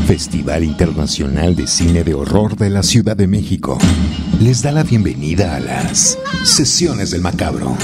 Festival Internacional de Cine de Horror de la Ciudad de México, les da la bienvenida a las Sesiones del Macabro.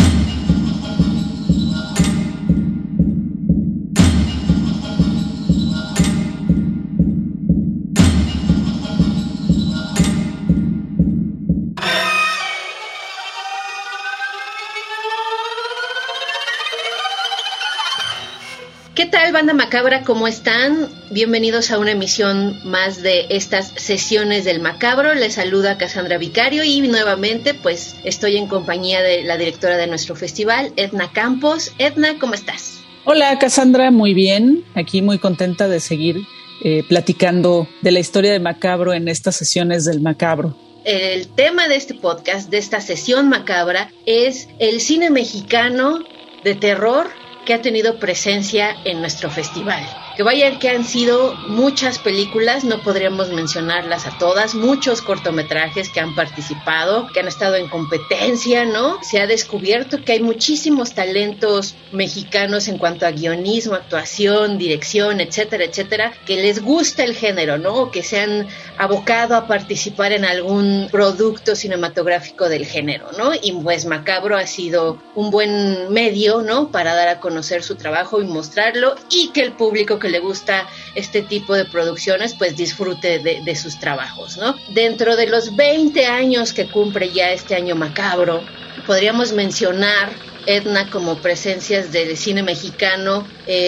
¿Qué tal, banda macabra? ¿Cómo están? Bienvenidos a una emisión más de estas Sesiones del Macabro. Les saluda Cassandra Vicario y nuevamente pues estoy en compañía de la directora de nuestro festival, Edna Campos. Edna, ¿cómo estás? Hola, Cassandra, muy bien. Aquí muy contenta de seguir platicando de la historia de Macabro en estas Sesiones del Macabro. El tema de este podcast, de esta sesión macabra, es el cine mexicano de terror que ha tenido presencia en nuestro festival. Que vaya que han sido muchas películas, no podríamos mencionarlas a todas, muchos cortometrajes que han participado, que han estado en competencia, ¿no? Se ha descubierto que hay muchísimos talentos mexicanos en cuanto a guionismo, actuación, dirección, etcétera, etcétera, que les gusta el género, ¿no? O que se han abocado a participar en algún producto cinematográfico del género, ¿no? Y pues Macabro ha sido un buen medio, ¿no? Para dar a conocer su trabajo y mostrarlo, y que el público que le gusta este tipo de producciones pues disfrute de sus trabajos, ¿no? Dentro de los 20 años que cumple ya este año Macabro, podríamos mencionar, Edna, como presencias del cine mexicano,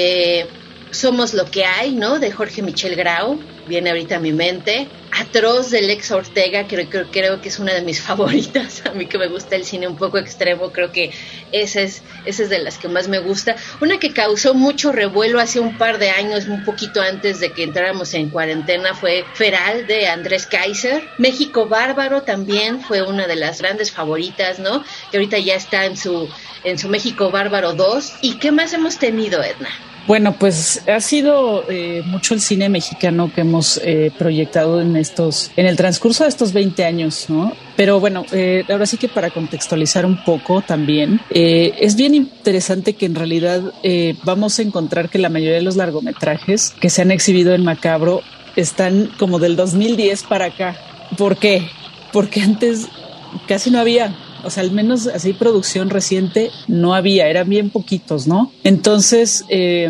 Somos lo que hay, ¿no? De Jorge Michel Grau, viene ahorita a mi mente. Atroz, de Lex Ortega, creo que es una de mis favoritas. A mí que me gusta el cine un poco extremo, creo que esa es de las que más me gusta. Una que causó mucho revuelo hace un par de años, un poquito antes de que entráramos en cuarentena, fue Feral, de Andrés Kaiser. México Bárbaro también fue una de las grandes favoritas, ¿no? Que ahorita ya está en su México Bárbaro 2. ¿Y qué más hemos tenido, Edna? Bueno, pues ha sido mucho el cine mexicano que hemos proyectado en el transcurso de estos 20 años, ¿no? Pero bueno, ahora sí que para contextualizar un poco también, es bien interesante que en realidad vamos a encontrar que la mayoría de los largometrajes que se han exhibido en Macabro están como del 2010 para acá. ¿Por qué? Porque antes casi no había. O sea, al menos así producción reciente no había, eran bien poquitos, ¿no? Entonces,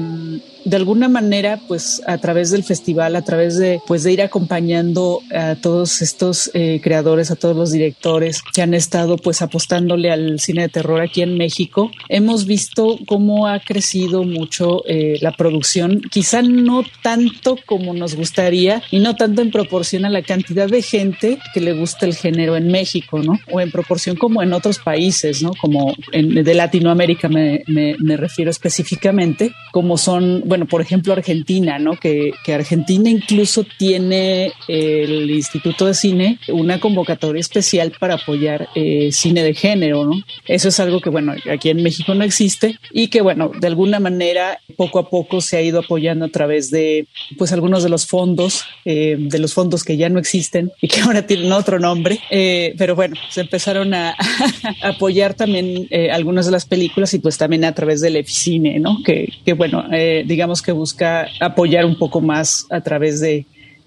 de alguna manera, pues a través del festival, a través de ir acompañando a todos estos creadores, a todos los directores que han estado pues apostándole al cine de terror aquí en México, hemos visto cómo ha crecido mucho la producción, quizá no tanto como nos gustaría y no tanto en proporción a la cantidad de gente que le gusta el género en México, ¿no? O en proporción como en otros países, ¿no? Como de Latinoamérica me refiero específicamente, como son, bueno, por ejemplo, Argentina, ¿no? Que Argentina incluso tiene el Instituto de Cine una convocatoria especial para apoyar cine de género, ¿no? Eso es algo que, bueno, aquí en México no existe y que, bueno, de alguna manera poco a poco se ha ido apoyando a través de, pues, algunos de los fondos que ya no existen y que ahora tienen otro nombre, pero bueno, se empezaron a apoyar también algunas de las películas y pues también a través del EFICINE, ¿no? Que bueno, digamos que busca apoyar un poco más a través de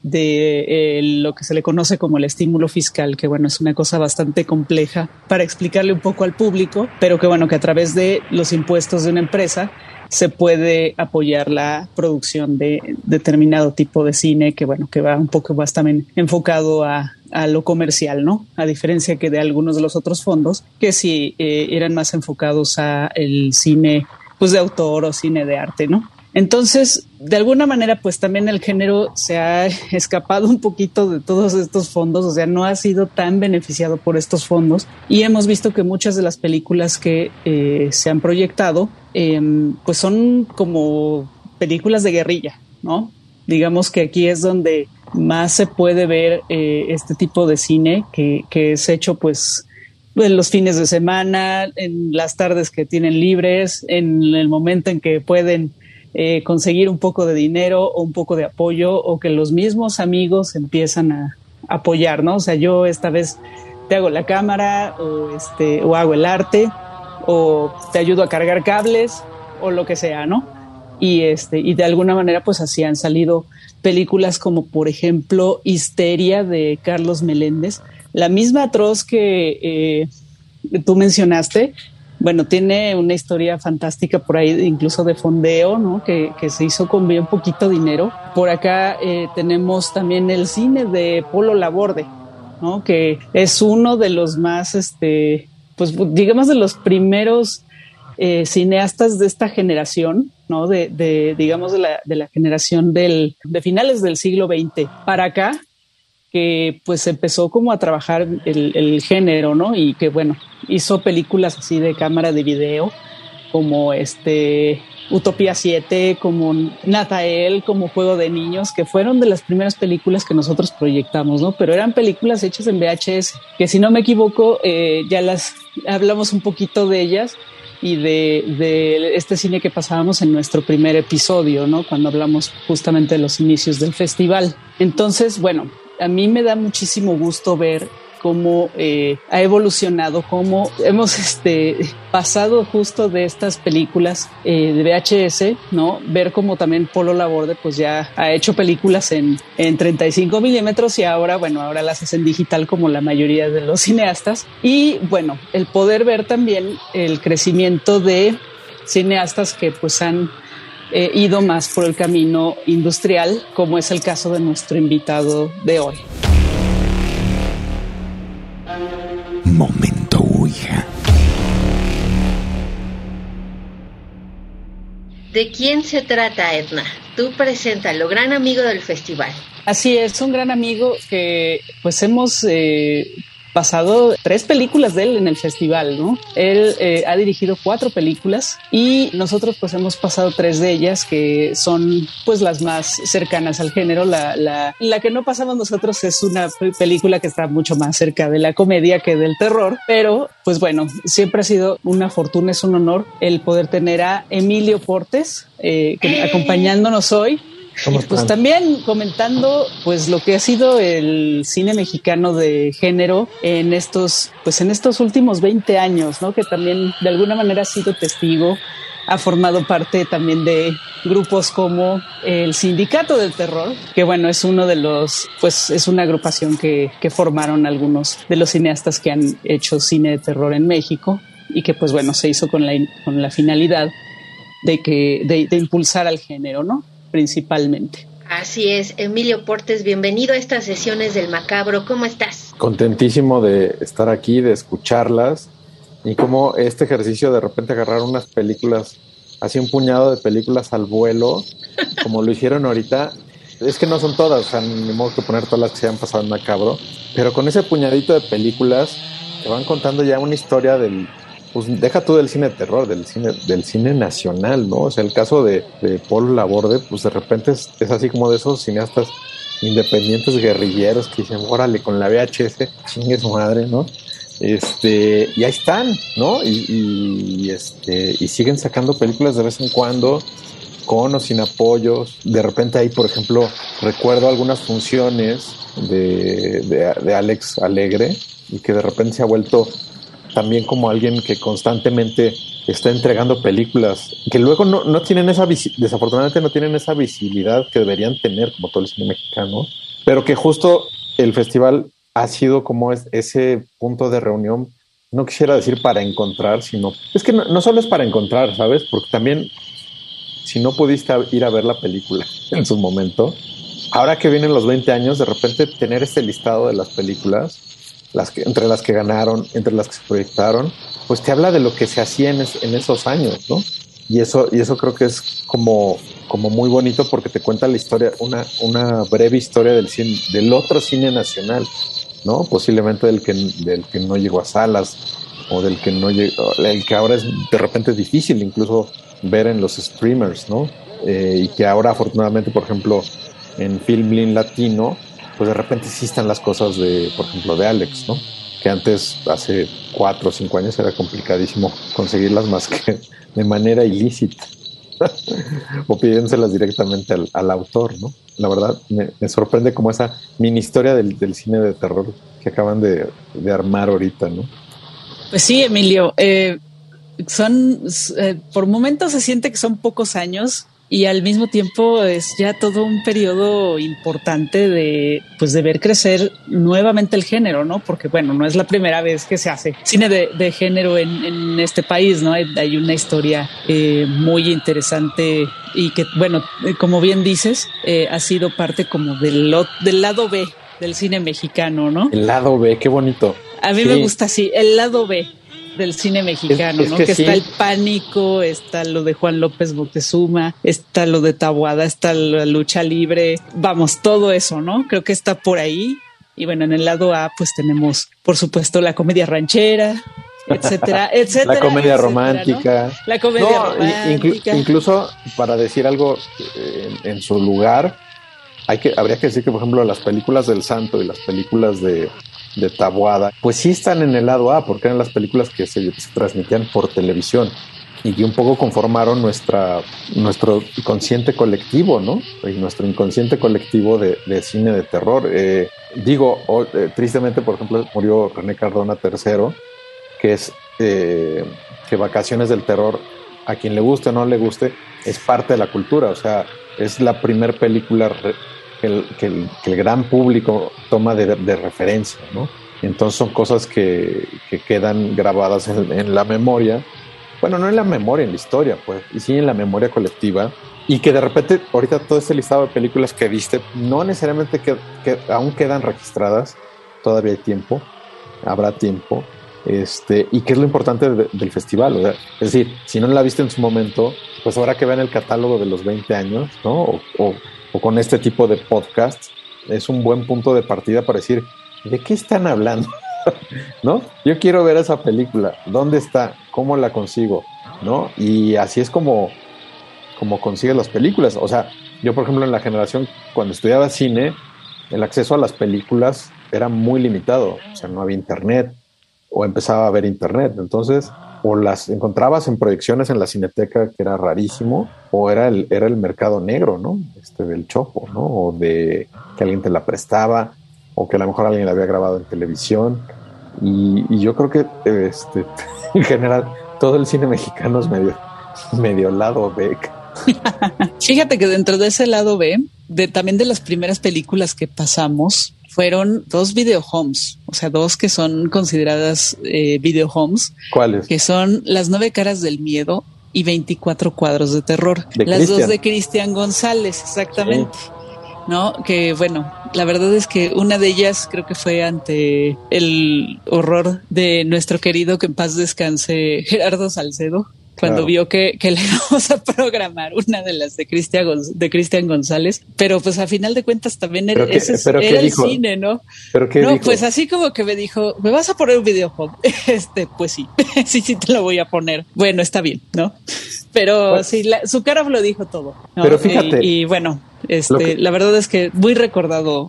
lo que se le conoce como el estímulo fiscal, que bueno, es una cosa bastante compleja para explicarle un poco al público, pero que bueno, que a través de los impuestos de una empresa se puede apoyar la producción de determinado tipo de cine que bueno, que va un poco más también enfocado a lo comercial, ¿no? A diferencia que de algunos de los otros fondos que sí eran más enfocados a el cine pues de autor o cine de arte, ¿no? Entonces, de alguna manera, pues también el género se ha escapado un poquito de todos estos fondos, o sea, no ha sido tan beneficiado por estos fondos y hemos visto que muchas de las películas que se han proyectado, pues son como películas de guerrilla, ¿no? Digamos que aquí es donde más se puede ver este tipo de cine que es hecho, pues, en los fines de semana, en las tardes que tienen libres, en el momento en que pueden conseguir un poco de dinero o un poco de apoyo o que los mismos amigos empiezan a apoyar, ¿no? O sea, yo esta vez te hago la cámara o hago el arte o te ayudo a cargar cables o lo que sea, ¿no? y de alguna manera pues así han salido películas como por ejemplo Histeria de Carlos Meléndez, la misma Atroz que tú mencionaste. Bueno, tiene una historia fantástica por ahí, incluso de fondeo, ¿no? Que se hizo con bien poquito dinero. Por acá tenemos también el cine de Polo Laborde, ¿no? Que es uno de los más, pues digamos de los primeros cineastas de esta generación, ¿no? Digamos de la generación de finales del siglo XX para acá, que pues empezó como a trabajar el género, ¿no? Y que bueno, hizo películas así de cámara de video, como Utopía 7, como Natael, como Juego de Niños, que fueron de las primeras películas que nosotros proyectamos, ¿no? Pero eran películas hechas en VHS, que si no me equivoco, ya las hablamos un poquito de ellas y de este cine que pasábamos en nuestro primer episodio, ¿no? Cuando hablamos justamente de los inicios del festival. Entonces, bueno, a mí me da muchísimo gusto ver cómo ha evolucionado, cómo hemos pasado justo de estas películas de VHS, ¿no? Ver cómo también Polo Laborde pues ya ha hecho películas en 35 milímetros y ahora las hace en digital como la mayoría de los cineastas. Y bueno, el poder ver también el crecimiento de cineastas que pues han ido más por el camino industrial, como es el caso de nuestro invitado de hoy. Momento Ouija. ¿De quién se trata, Edna? Tú preséntalo, gran amigo del festival. Así es, un gran amigo que pues hemos pasado 3 películas de él en el festival, ¿no? Él ha dirigido 4 películas y nosotros pues hemos pasado 3 de ellas que son pues las más cercanas al género. La que no pasamos nosotros es una película que está mucho más cerca de la comedia que del terror, pero pues bueno, siempre ha sido una fortuna, es un honor el poder tener a Emilio Portes acompañándonos hoy. Pues también comentando pues lo que ha sido el cine mexicano de género en estos últimos 20 años, ¿no? Que también de alguna manera ha sido testigo, ha formado parte también de grupos como el Sindicato del Terror, que bueno, es uno de los, pues es una agrupación que formaron algunos de los cineastas que han hecho cine de terror en México y que pues bueno, se hizo con la finalidad de impulsar al género, ¿no? Principalmente. Así es, Emilio Portes, bienvenido a estas sesiones del Macabro. ¿Cómo estás? Contentísimo de estar aquí, de escucharlas y como este ejercicio de repente agarrar unas películas, así un puñado de películas al vuelo, como lo hicieron ahorita. Es que no son todas, o sea, ni modo que poner todas las que se han pasado en Macabro, pero con ese puñadito de películas te van contando ya una historia pues deja tú del cine de terror, del cine nacional, ¿no? O sea, el caso de Polo Laborde, pues de repente es así como de esos cineastas independientes guerrilleros que dicen, órale, con la VHS, chingue su madre, ¿no? Y ahí están, ¿no? Y siguen sacando películas de vez en cuando, con o sin apoyos. De repente ahí, por ejemplo, recuerdo algunas funciones de Alex Alegre, y que de repente se ha vuelto también como alguien que constantemente está entregando películas que luego no tienen desafortunadamente no tienen esa visibilidad que deberían tener como todo el cine mexicano, pero que justo el festival ha sido como ese punto de reunión, no quisiera decir para encontrar, sino es que no solo es para encontrar, ¿sabes? Porque también si no pudiste ir a ver la película en su momento, ahora que vienen los 20 años, de repente tener este listado de las películas, entre las que ganaron, entre las que se proyectaron, pues te habla de lo que se hacía en esos años, ¿no? Y eso creo que es como muy bonito porque te cuenta la historia, una breve historia del otro cine nacional, ¿no? Posiblemente del que no llegó a salas o del que no llegó, el que ahora es de repente difícil incluso ver en los streamers, ¿no? Y que ahora afortunadamente, por ejemplo, en Filmin Latino, pues de repente sí están las cosas por ejemplo, de Alex, ¿no? Que antes, hace 4 o 5 años, era complicadísimo conseguirlas más que de manera ilícita o pidiéndoselas directamente al autor, ¿no? La verdad, me sorprende como esa mini historia del cine de terror que acaban de armar ahorita, ¿no? Pues sí, Emilio, por momentos se siente que son pocos años, y al mismo tiempo es ya todo un periodo importante de ver crecer nuevamente el género, ¿no? Porque bueno, no es la primera vez que se hace cine de género en este país, ¿no? Hay una historia muy interesante y que, bueno, como bien dices, ha sido parte como del lado B del cine mexicano, ¿no? El lado B, qué bonito. A mí me gusta así, el lado B del cine mexicano, ¿no? Que está el Pánico, está lo de Juan López Moctezuma, está lo de Taboada, está la lucha libre, vamos, todo eso, ¿no? Creo que está por ahí. Y bueno, en el lado A, pues tenemos, por supuesto, la comedia ranchera, etcétera, etcétera. La comedia etcétera, romántica. ¿no? La comedia romántica. Incluso para decir algo en su lugar, habría que decir que, por ejemplo, las películas del Santo y las películas de Taboada, pues sí están en el lado A, porque eran las películas que se transmitían por televisión y que un poco conformaron nuestro inconsciente colectivo, ¿no? Y nuestro inconsciente colectivo de cine de terror. Tristemente, por ejemplo, murió René Cardona III, que es que Vacaciones del Terror, a quien le guste o no le guste, es parte de la cultura. O sea, es la primer película que el gran público toma de referencia, ¿no? Entonces son cosas que quedan grabadas en la memoria. Bueno, no en la memoria, en la historia, pues, y sí en la memoria colectiva. Y que de repente, ahorita todo este listado de películas que viste, no necesariamente que aún quedan registradas, todavía hay tiempo, habrá tiempo. Y qué es lo importante del festival, o sea, es decir, si no la viste en su momento, pues habrá que ver el catálogo de los 20 años, ¿no? O con este tipo de podcasts, es un buen punto de partida para decir, ¿de qué están hablando? ¿No? Yo quiero ver esa película, ¿dónde está? ¿Cómo la consigo? ¿No? Y así es como consigues las películas. O sea, yo, por ejemplo, en la generación, cuando estudiaba cine, el acceso a las películas era muy limitado, o sea, no había internet, o empezaba a haber internet, entonces o las encontrabas en proyecciones en la Cineteca, que era rarísimo, o era el mercado negro, ¿no? Del chopo, ¿no? O de que alguien te la prestaba, o que a lo mejor alguien la había grabado en televisión. Y yo creo que en general todo el cine mexicano es medio lado B. Fíjate que dentro de ese lado B, también de las primeras películas que pasamos, fueron 2 videohomes, o sea, 2 que son consideradas videohomes. ¿Cuáles? Que son Las 9 caras del miedo y 24 cuadros de terror. Las 2 de Cristian González, exactamente. Sí. ¿No? Que bueno, la verdad es que una de ellas creo que fue ante el horror de nuestro querido, que en paz descanse, Gerardo Salcedo. Cuando vio que le íbamos a programar una de las de Cristian González, pero pues a final de cuentas también era el cine, ¿no? ¿Pero qué dijo? Pues así como que me dijo, ¿me vas a poner un videojuego? Pues sí, sí te lo voy a poner. Bueno, está bien, ¿no? Pero pues, sí, su cara lo dijo todo, ¿no? Pero fíjate. Y bueno, la verdad es que muy recordado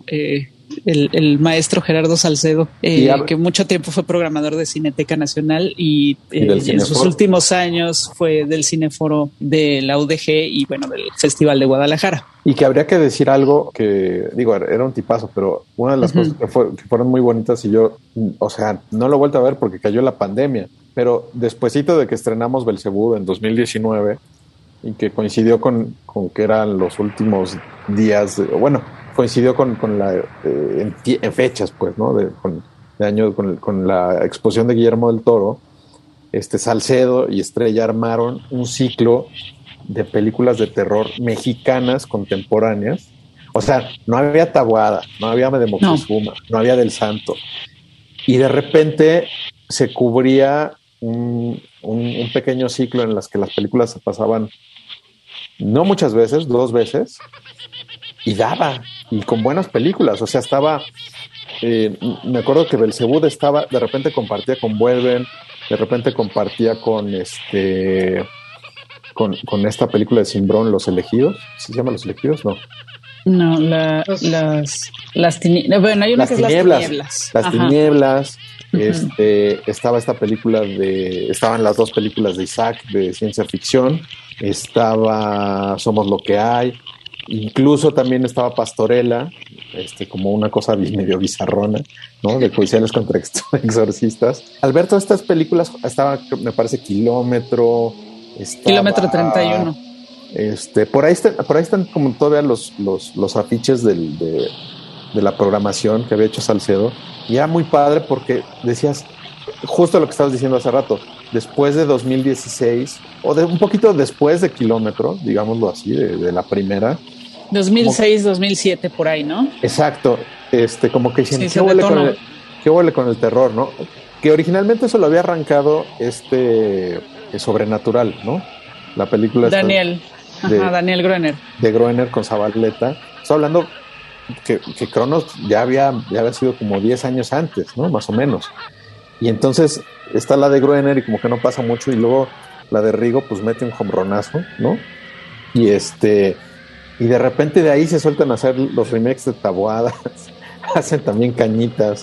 el maestro Gerardo Salcedo, que mucho tiempo fue programador de Cineteca Nacional y en sus últimos años fue del Cineforo de la UDG y bueno, del Festival de Guadalajara. Y que habría que decir algo que, digo, era un tipazo, pero una de las cosas que fueron muy bonitas y yo, o sea, no lo he vuelto a ver porque cayó la pandemia, pero despuesito de que estrenamos Belcebú en 2019 y que coincidió con que eran los últimos días, coincidió con la en fechas, pues, ¿no? De año con la exposición de Guillermo del Toro, Salcedo y Estrella armaron un ciclo de películas de terror mexicanas contemporáneas. O sea, no había Taboada, no había de Moctezuma, no había del Santo. Y de repente se cubría un pequeño ciclo en las que las películas se pasaban no muchas veces, 2 veces, y daba, y con buenas películas. O sea, estaba, me acuerdo que Belcebú de repente compartía con Vuelven, de repente compartía con esta película de Cimbrón, Los Elegidos. ¿Sí se llama Los Elegidos? No, las tinieblas. Bueno, hay una que es Las Tinieblas. Las Tinieblas. Estaba esta película estaban las 2 películas de Isaac de ciencia ficción. Estaba Somos lo que hay. Incluso también estaba Pastorela, como una cosa medio bizarrona, ¿no? De policiales contra exorcistas. Al ver todas estas películas estaba, me parece, Kilómetro 31. Por ahí están como todavía los afiches de la programación que había hecho Salcedo. Y era muy padre porque decías justo lo que estabas diciendo hace rato, después de 2016 o un poquito después de Kilómetro, digámoslo así, de la primera. 2006, 2007 por ahí, ¿no? Exacto. Como que dicen, Sí, ¿qué huele con el terror, no? Que originalmente eso lo había arrancado Sobrenatural, ¿no? La película Daniel Gruener. De Gruener con Zabaleta. Estoy hablando que Cronos ya había sido como 10 años antes, ¿no? Más o menos. Y entonces está la de Gruener y como que no pasa mucho, y luego la de Rigo pues mete un hombronazo, ¿no? Y de repente de ahí se sueltan a hacer los remakes de Taboadas, hacen también Cañitas.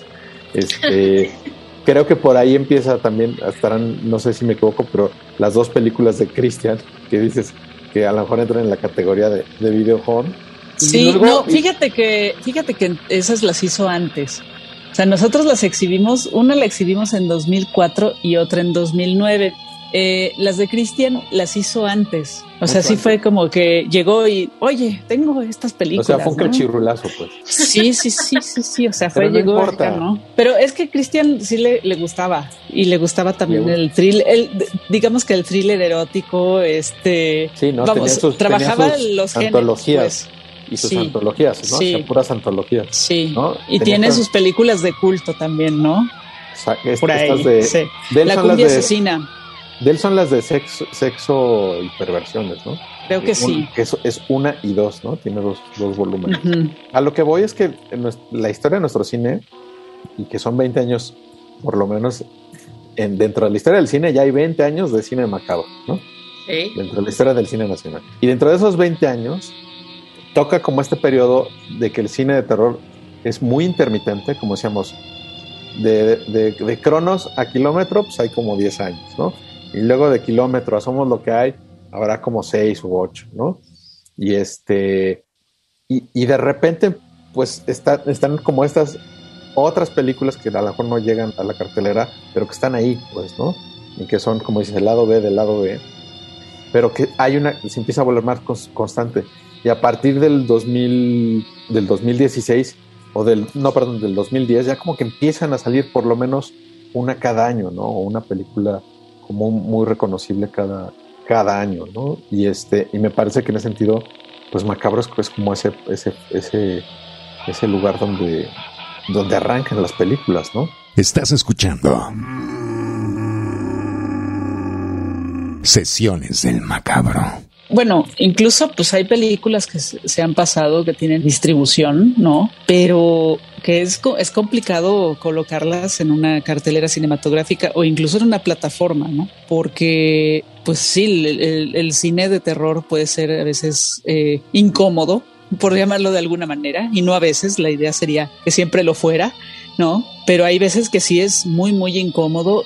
Creo que por ahí empieza también, estarán, no sé si me equivoco, pero las dos películas de Christian, que dices que a lo mejor entran en la categoría de videojuego. Sí, luego, fíjate que esas las hizo antes. O sea, nosotros las exhibimos, una la exhibimos en 2004 y otra en 2009. Las de Christian las hizo antes. O sea, sí fue como que llegó y, oye, tengo estas películas. O sea, fue un cachirrulazo, pues. Sí. O sea, llegó acá, ¿no? Pero es que Christian sí le gustaba. Y le gustaba también el thriller. Digamos que el thriller erótico, Sí, ¿no? Vamos, trabajaba los antologías. Y sus antologías, ¿no? Sí. O sea, puras antologías. Sí. ¿no? Y tiene sus películas de culto también, ¿no? Por ahí. La cumbia asesina. De él son las de sexo y perversiones, ¿no? Creo que sí. Que eso es 1 y 2, ¿no? Tiene dos volúmenes. Uh-huh. A lo que voy es que la historia de nuestro cine, y que son 20 años, por lo menos, dentro de la historia del cine ya hay 20 años de cine macabro, ¿no? ¿Sí? Dentro de la historia del cine nacional. Y dentro de esos 20 años, toca como este periodo de que el cine de terror es muy intermitente, como decíamos, de Cronos a Kilómetro, pues hay como 10 años, ¿no? Y luego de Kilómetro a Somos lo que hay, habrá como 6 u 8, ¿no? Y y de repente, pues están como estas otras películas que a lo mejor no llegan a la cartelera, pero que están ahí, pues, ¿no? Y que son, como dices, el lado B del lado B, pero que se empieza a volver más constante. Y a partir del 2016, del 2010, ya como que empiezan a salir por lo menos una cada año, ¿no? O una película como muy reconocible cada año, ¿no? Y me parece que en ese sentido, pues Macabro es como ese lugar donde arrancan las películas, ¿no? Estás escuchando Sesiones del Macabro. Bueno, incluso pues hay películas que se han pasado que tienen distribución, ¿no? Pero que es complicado colocarlas en una cartelera cinematográfica o incluso en una plataforma, ¿no? Porque pues sí, el cine de terror puede ser a veces incómodo, por llamarlo de alguna manera, y no a veces, la idea sería que siempre lo fuera, ¿no? Pero hay veces que sí es muy, muy incómodo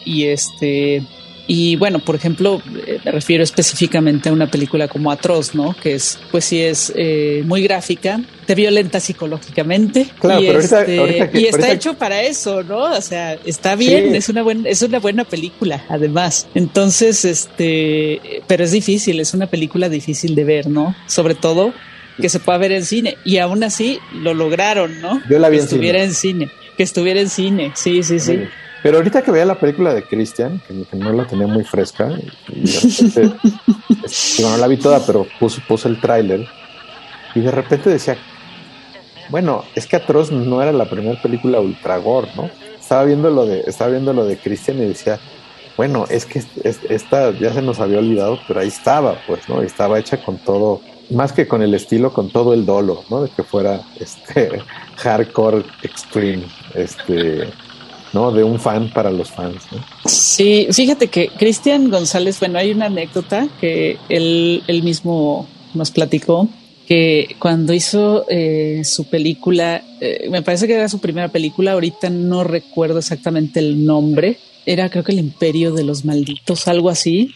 y bueno, por ejemplo, me refiero específicamente a una película como Atroz, ¿no? Que pues sí es muy gráfica, te violenta psicológicamente. Claro, pero está hecho para eso, ¿no? O sea, está bien, sí. es una buena película, además. Entonces, pero es difícil, es una película difícil de ver, ¿no? Sobre todo que se pueda ver en cine. Y aún así lo lograron, ¿no? Yo la vi que estuviera en cine. Sí. Pero ahorita que veía la película de Christian, que no la tenía muy fresca, y de repente, no la vi toda, pero puse el tráiler, y de repente decía, bueno, es que Atroz no era la primera película ultra gore, ¿no? Estaba viendo lo de Christian y decía, bueno, es que esta ya se nos había olvidado, pero ahí estaba, pues, ¿no? Estaba hecha con todo, más que con el estilo, con todo el dolo, ¿no? De que fuera hardcore extreme, ¿no? De un fan para los fans, ¿no? Sí, fíjate que Cristian González, bueno, hay una anécdota que él mismo nos platicó, que cuando hizo su película, me parece que era su primera película, ahorita no recuerdo exactamente el nombre, era creo que El Imperio de los Malditos, algo así.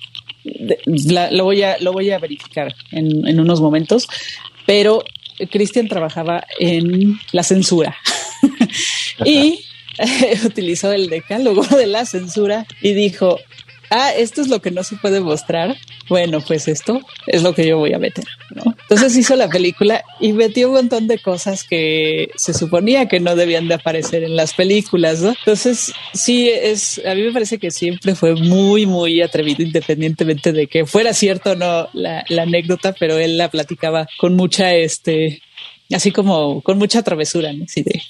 Lo voy a verificar en unos momentos, pero Cristian trabajaba en la censura y utilizó el decálogo de la censura y dijo, esto es lo que no se puede mostrar. Bueno, pues esto es lo que yo voy a meter, ¿no? Entonces hizo la película y metió un montón de cosas que se suponía que no debían de aparecer en las películas, ¿no? Entonces sí, a mí me parece que siempre fue muy, muy atrevido, independientemente de que fuera cierto o no la anécdota, pero él la platicaba con mucha, así como con mucha travesura, ¿no? Así de,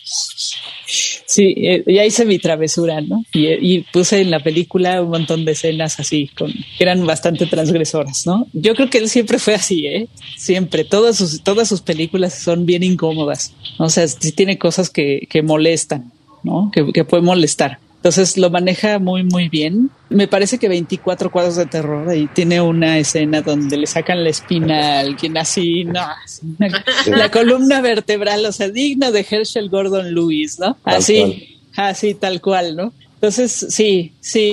sí, ya hice mi travesura, ¿no? Y puse en la película un montón de escenas así, que eran bastante transgresoras, ¿no? Yo creo que él siempre fue así, siempre. Todas sus películas son bien incómodas, ¿no? O sea, sí tiene cosas que molestan, ¿no? Que pueden molestar. Entonces lo maneja muy, muy bien. Me parece que 24 cuadros de terror, ahí tiene una escena donde le sacan la espina a alguien así, no, la columna vertebral, o sea, digna de Herschel Gordon Lewis, ¿no? Así, tal cual, ¿no? Entonces, sí,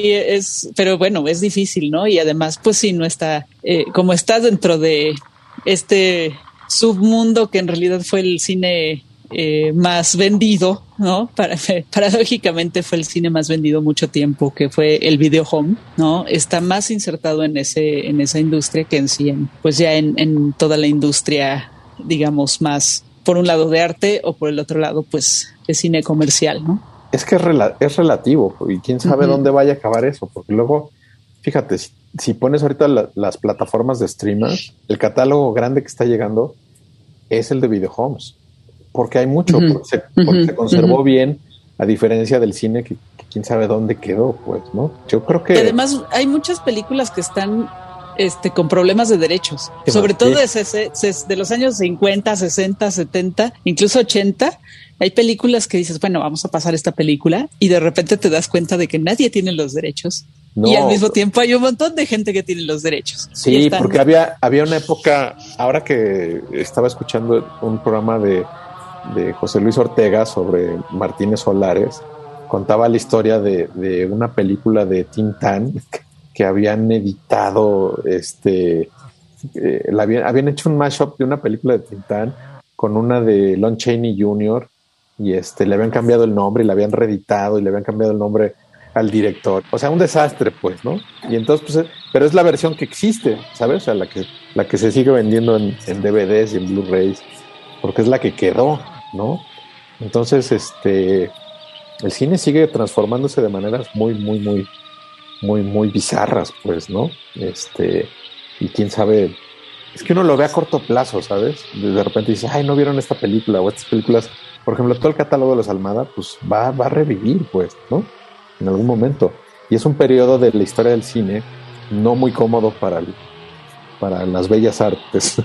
pero bueno, es difícil, ¿no? Y además, pues sí, no está, como está dentro de este submundo que en realidad fue el cine más vendido, ¿no? Paradójicamente fue el cine más vendido mucho tiempo, que fue el video home, ¿no? Está más insertado en esa industria que en sí, pues ya en toda la industria, digamos, más por un lado de arte o por el otro lado, pues de cine comercial, ¿no? Es que es relativo y quién sabe dónde vaya a acabar eso, porque luego, fíjate, si pones ahorita las plataformas de streamers, el catálogo grande que está llegando es el de video homes. Porque hay mucho, porque se conservó bien, a diferencia del cine que quién sabe dónde quedó, pues, ¿no? Yo creo que... Además, hay muchas películas que están con problemas de derechos, sobre todo de los años 50, 60, 70, incluso 80. Hay películas que dices, bueno, vamos a pasar esta película y de repente te das cuenta de que nadie tiene los derechos. No. Y al mismo tiempo hay un montón de gente que tiene los derechos. Sí, porque había una época, ahora que estaba escuchando un programa de José Luis Ortega sobre Martínez Solares, contaba la historia de una película de Tintán que habían editado, habían hecho un mashup de una película de Tintán con una de Lon Chaney Jr. y le habían cambiado el nombre y la habían reeditado y le habían cambiado el nombre al director. O sea, un desastre, pues, ¿no? Y entonces, pues, pero es la versión que existe, ¿sabes? O sea, la que se sigue vendiendo en DVDs y en Blu-rays, porque es la que quedó, ¿no? Entonces, el cine sigue transformándose de maneras muy, muy, muy, muy, muy bizarras, pues, ¿no? Y quién sabe, es que uno lo ve a corto plazo, ¿sabes? De repente dice, ay, no vieron esta película o estas películas. Por ejemplo, todo el catálogo de los Almada, pues va a revivir, pues, ¿no? En algún momento. Y es un periodo de la historia del cine no muy cómodo para las bellas artes.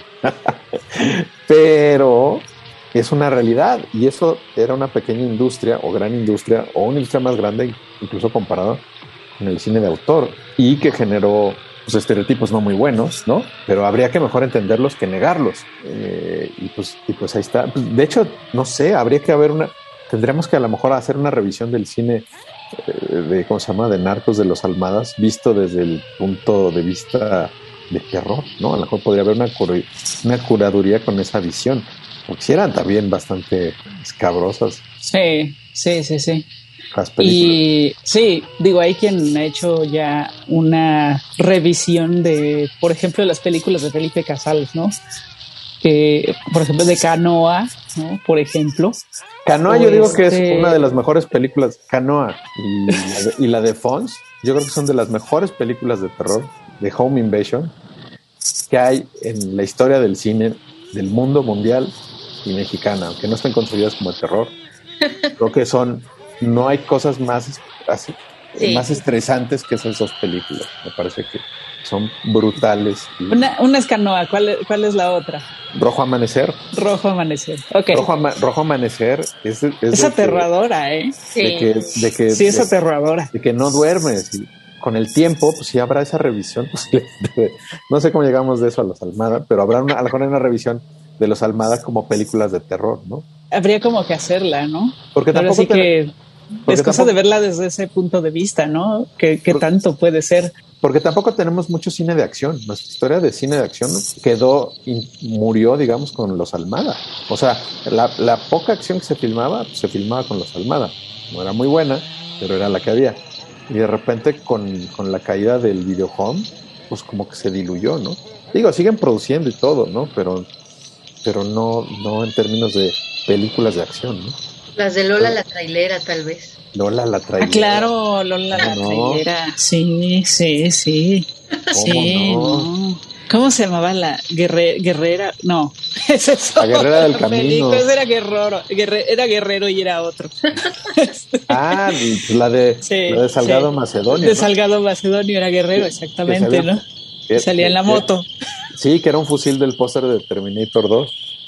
Pero es una realidad, y eso era una pequeña industria o gran industria o una industria más grande, incluso comparado con el cine de autor, y que generó pues, estereotipos no muy buenos, ¿no? Pero habría que mejor entenderlos que negarlos. Y pues ahí está. De hecho, no sé, tendríamos que a lo mejor hacer una revisión del cine ¿cómo se llama? De Narcos de los Almadas, visto desde el punto de vista de terror, ¿no? A lo mejor podría haber una curaduría con esa visión, porque si eran también bastante escabrosas. Sí. Las películas. Y sí, digo, hay quien ha hecho ya una revisión de, por ejemplo, las películas de Felipe Casals, ¿no? Que, por ejemplo, de Canoa, ¿no? Por ejemplo. Canoa, yo digo que es una de las mejores películas. Canoa y la de Fons, yo creo que son de las mejores películas de terror, de Home Invasion, que hay en la historia del cine del mundo mundial y mexicana, aunque no estén consideradas como de terror. Creo que no hay cosas más estresantes que esas dos películas. Me parece que son brutales. Una es Canoa, ¿cuál es la otra? Rojo Amanecer. Rojo Amanecer, ok. Rojo Amanecer es aterradora, Sí, es aterradora. De que no duermes. Y con el tiempo, pues sí habrá esa revisión. Pues, no sé cómo llegamos de eso a los Almada, pero habrá a lo mejor una revisión de los Almada como películas de terror, ¿no? Habría como que hacerla, ¿no? Porque tampoco sí que es cosa de verla desde ese punto de vista, ¿no? ¿Qué tanto puede ser? Porque tampoco tenemos mucho cine de acción. Nuestra historia de cine de acción murió, digamos, con los Almada. O sea, la poca acción que se filmaba con los Almada. No era muy buena, pero era la que había. y de repente con la caída del videohome, pues como que se diluyó, ¿no? Digo, siguen produciendo y todo, ¿no? Pero no en términos de películas de acción, ¿no? Las de Lola la trailera, tal vez. Lola la trailera. Ah, claro, Lola la trailera. Sí. Sí, no. ¿Cómo se llamaba la guerrera? No, ese es la guerrera del camino. Ese era era Guerrero y era otro. La de Salgado Macedonio. De Salgado Macedonio era Guerrero, exactamente, ¿no? Salía en la moto. Sí, que era un fusil del póster de Terminator 2.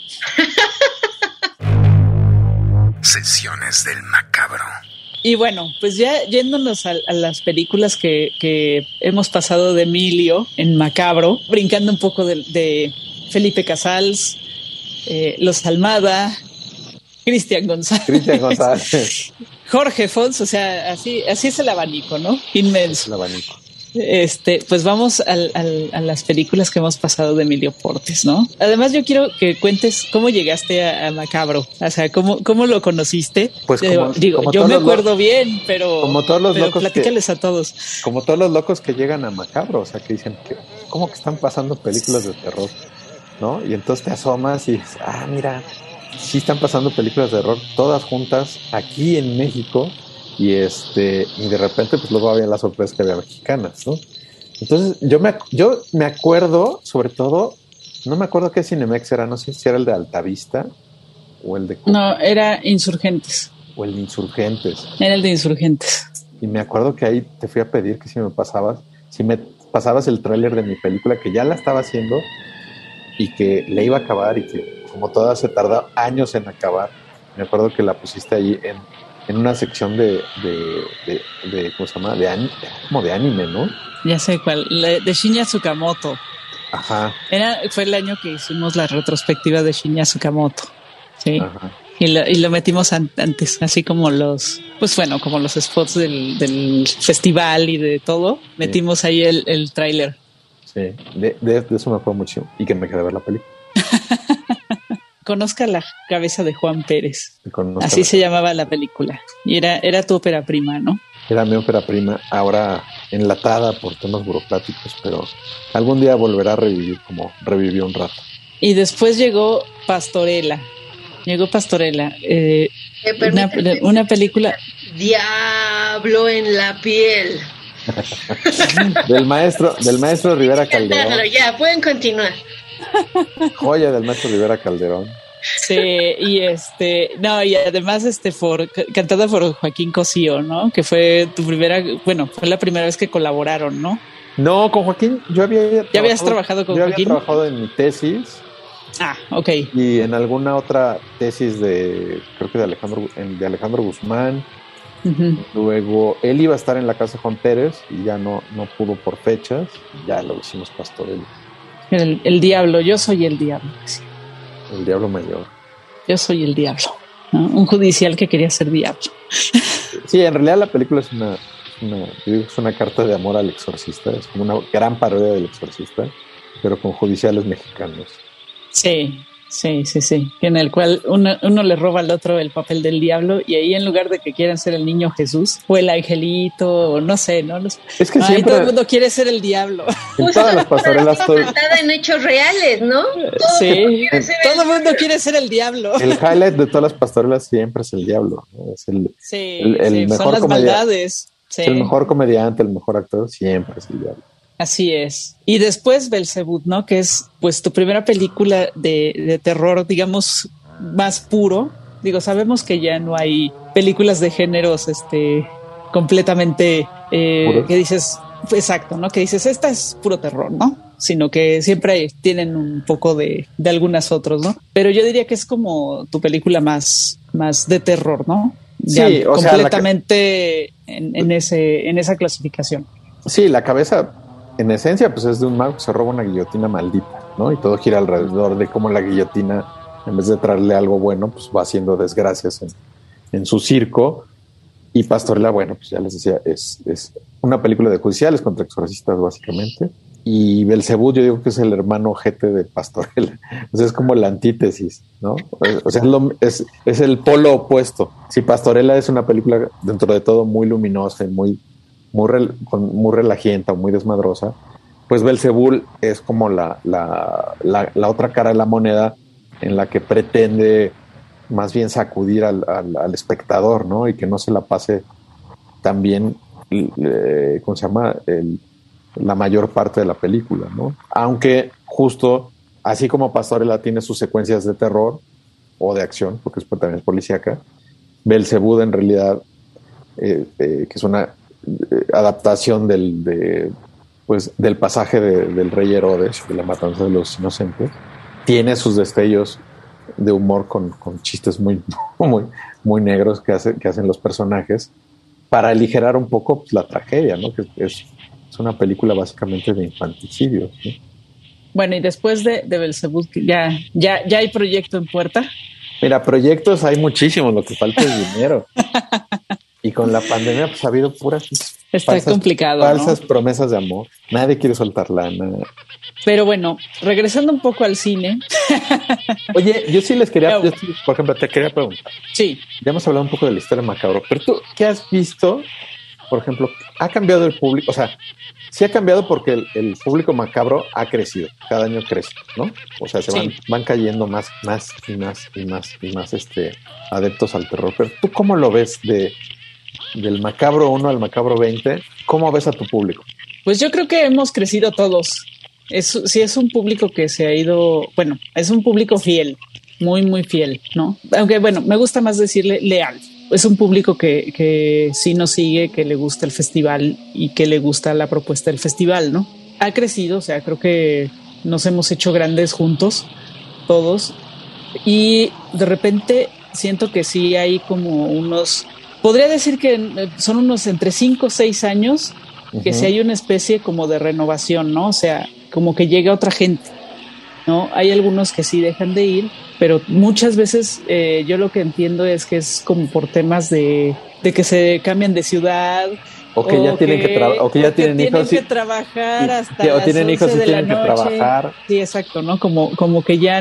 Sesiones del macabro. Y bueno, pues ya yéndonos a las películas que hemos pasado de Emilio en Macabro, brincando un poco de Felipe Casals, Los Almada, Cristian González. Jorge Fons, o sea, así es el abanico, ¿no? Inmenso. El abanico. Pues vamos a las películas que hemos pasado de Emilio Portes, ¿no? Además, yo quiero que cuentes cómo llegaste a Macabro, o sea, cómo lo conociste. Pues como yo me acuerdo bien, pero como todos los locos, platícales a todos. Como todos los locos que llegan a Macabro, o sea, que dicen que cómo que están pasando películas de terror, ¿no? Y entonces te asomas y dices, mira, sí están pasando películas de terror todas juntas aquí en México. Y de repente pues luego había la sorpresa que había mexicanas, ¿no? Entonces yo me acuerdo, sobre todo, no me acuerdo qué Cinemex era, no sé si era el de Altavista o el de Cuba. No, era Insurgentes. O el de Insurgentes. Era el de Insurgentes. Y me acuerdo que ahí te fui a pedir que si me pasabas el tráiler de mi película, que ya la estaba haciendo y que le iba a acabar y que como todas se tardó años en acabar. Me acuerdo que la pusiste ahí en una sección de ¿cómo se llama? Como de anime, ¿no? Ya sé cuál, de Shinya Tsukamoto. Ajá. Fue el año que hicimos la retrospectiva de Shinya Tsukamoto. Sí. Ajá. Y lo metimos antes, así como como los spots del festival y de todo. Sí. Metimos ahí el tráiler. Sí, de eso me acuerdo mucho y que me quedé a ver la película. Conozca la cabeza de Juan Pérez. Así se llamaba la película. Y era tu ópera prima, ¿no? Era mi ópera prima, ahora enlatada por temas burocráticos, pero algún día volverá a revivir como revivió un rato. Y después llegó Pastorela. Una película. Diablo en la piel. del maestro Rivera Calderón. Ya, pueden continuar. Joya del maestro Rivera Calderón. Sí, y y además cantada por Joaquín Cosío, ¿no? Que fue fue la primera vez que colaboraron, ¿no? No, con Joaquín yo ¿Ya habías trabajado con Joaquín? Yo había trabajado en mi tesis. Ok. Y en alguna otra tesis creo que de Alejandro Guzmán. Uh-huh. Luego él iba a estar en la casa de Juan Pérez y ya no pudo por fechas. Ya lo hicimos Pastorela. El diablo, yo soy el diablo. Sí. El diablo mayor. Yo soy el diablo, ¿no? Un judicial que quería ser diablo. Sí, en realidad la película es una carta de amor al exorcista. Es como una gran parodia del exorcista, pero con judiciales mexicanos. Sí. En el cual uno le roba al otro el papel del diablo y ahí en lugar de que quieran ser el niño Jesús o el angelito o no sé, ¿no? Es que siempre todo el mundo quiere ser el diablo. En todas las pastorelas basada en hechos reales, ¿no? Todo el mundo quiere ser el diablo. El highlight de todas las pastorelas siempre es el diablo, ¿no? Es el mejor son las maldades. Sí. El mejor comediante, el mejor actor, siempre es el diablo. Así es. Y después Belzebú, ¿no? Que es pues tu primera película de terror, digamos, más puro. Digo, sabemos que ya no hay películas de géneros completamente que dices, exacto, ¿no? Que dices, esta es puro terror, ¿no? Sino que siempre tienen un poco de algunas otros, ¿no? Pero yo diría que es como tu película más de terror, ¿no? Ya, sí, completamente en esa clasificación. Sí, la cabeza en esencia pues es de un mago que se roba una guillotina maldita, ¿no? Y todo gira alrededor de cómo la guillotina, en vez de traerle algo bueno, pues va haciendo desgracias en su circo. Y Pastorela, bueno, pues ya les decía, es una película de judiciales contra exorcistas básicamente. Y Belzebú yo digo que es el hermano ojete de Pastorela. O sea, es como la antítesis, ¿no? O sea, es el polo opuesto. Si Pastorela es una película dentro de todo muy luminosa y muy muy relajienta o muy desmadrosa, pues Belzebú es como la otra cara de la moneda en la que pretende más bien sacudir al espectador, ¿no? Y que no se la pase tan bien, ¿cómo se llama? La mayor parte de la película, ¿no? Aunque justo, así como Pastorela tiene sus secuencias de terror o de acción, porque después también es policíaca, Belzebú en realidad, que es una adaptación del pasaje del rey Herodes, de la matanza de los inocentes, tiene sus destellos de humor con chistes muy, muy, muy negros que hacen los personajes para aligerar un poco pues, la tragedia, ¿no? Que es una película básicamente de infanticidio, ¿sí? Bueno, y después de Belzebú, ya hay proyecto en puerta. Mira, proyectos hay muchísimos, lo que falta es dinero. Y con la pandemia pues ha habido puras complicado, falsas ¿no? promesas de amor. Nadie quiere soltar lana. Pero bueno, regresando un poco al cine. Oye, yo sí les quería, por ejemplo, te quería preguntar. Sí. Ya hemos hablado un poco de la historia macabro, pero tú, ¿qué has visto? Por ejemplo, ¿ha cambiado el público? O sea, sí ha cambiado porque el público macabro ha crecido. Cada año crece, ¿no? O sea, van cayendo más adeptos al terror. Pero ¿tú cómo lo ves del macabro 1 al macabro 20? ¿Cómo ves a tu público? Pues yo creo que hemos crecido todos. Sí es un público que se ha ido, bueno, es un público fiel, muy, muy fiel, ¿no? Aunque, bueno, me gusta más decirle leal. Es un público que sí nos sigue, que le gusta el festival y que le gusta la propuesta del festival, ¿no? Ha crecido, o sea, creo que nos hemos hecho grandes juntos, todos, y de repente siento que sí hay como podría decir que son unos entre 5 o 6 años que sí hay una especie como de renovación, ¿no? O sea, como que llega otra gente, ¿no? Hay algunos que sí dejan de ir, pero muchas veces yo lo que entiendo es que es como por temas de que se cambian de ciudad. O que ya tienen que tienen hijos que trabajar hasta las 11 de la noche. Trabajar. Sí, exacto, ¿no? Como que ya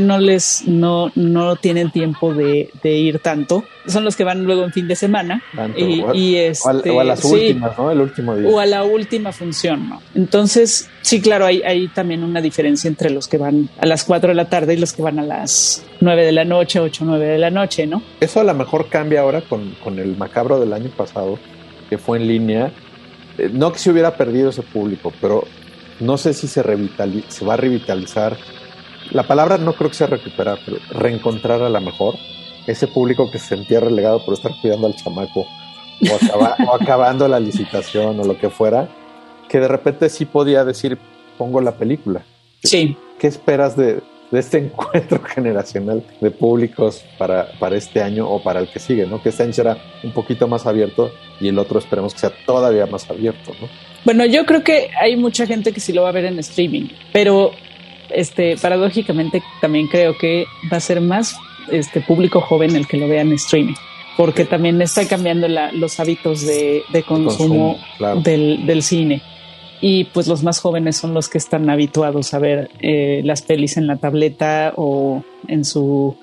no tienen tiempo de ir tanto. Son los que van luego en fin de semana. O a las últimas, ¿no? El último día. O a la última función, ¿no? Entonces, sí, claro, hay también una diferencia entre los que van a las 4 de la tarde y los que van a las 9 de la noche, 8 o 9 de la noche, ¿no? Eso a lo mejor cambia ahora con el macabro del año pasado, que fue en línea. No que se hubiera perdido ese público, pero no sé si se va a revitalizar. La palabra no creo que sea recuperar, pero reencontrar a lo mejor ese público que se sentía relegado por estar cuidando al chamaco o acabando la licitación o lo que fuera, que de repente sí podía decir, pongo la película. Sí. ¿Qué esperas de este encuentro generacional de públicos para este año o para el que sigue, ¿no? Que este año será un poquito más abierto y el otro esperemos que sea todavía más abierto, ¿no? Bueno, yo creo que hay mucha gente que sí lo va a ver en streaming, pero paradójicamente también creo que va a ser más público joven el que lo vea en streaming, porque también está cambiando los hábitos de consumo claro. del cine. Y pues los más jóvenes son los que están habituados a ver las pelis en la tableta o en su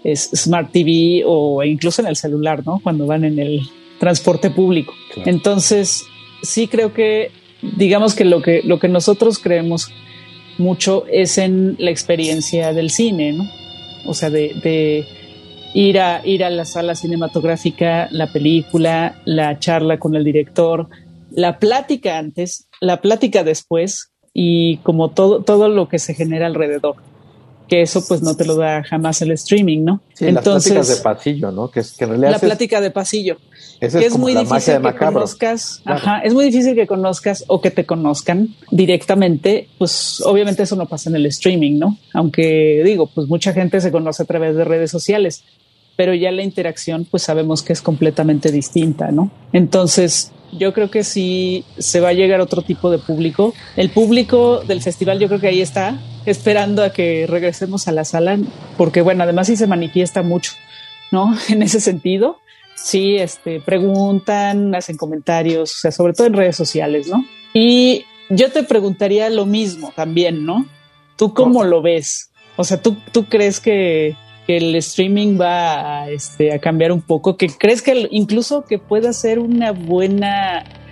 Smart TV o incluso en el celular, ¿no? Cuando van en el transporte público. Claro. Entonces, sí creo que, digamos que lo que nosotros creemos mucho es en la experiencia del cine, ¿no? O sea, de ir a la sala cinematográfica, la película, la charla con el director, la plática antes, la plática después y como todo lo que se genera alrededor, que eso pues no te lo da jamás el streaming, ¿no? Sí, entonces, las pláticas de pasillo, ¿no? Que en realidad la plática de pasillo, que es muy difícil que conozcas, claro. Es muy difícil que conozcas o que te conozcan directamente, pues obviamente eso no pasa en el streaming, ¿no? Aunque digo, pues mucha gente se conoce a través de redes sociales, pero ya la interacción pues sabemos que es completamente distinta, ¿no? Entonces yo creo que sí se va a llegar a otro tipo de público. El público del festival yo creo que ahí está esperando a que regresemos a la sala, porque bueno, además sí se manifiesta mucho, ¿no? En ese sentido, sí, preguntan, hacen comentarios, o sea, sobre todo en redes sociales, ¿no? Y yo te preguntaría lo mismo también, ¿no? ¿Tú cómo lo ves? O sea, ¿tú crees que el streaming va a cambiar un poco? ¿Que crees que incluso que pueda ser una buena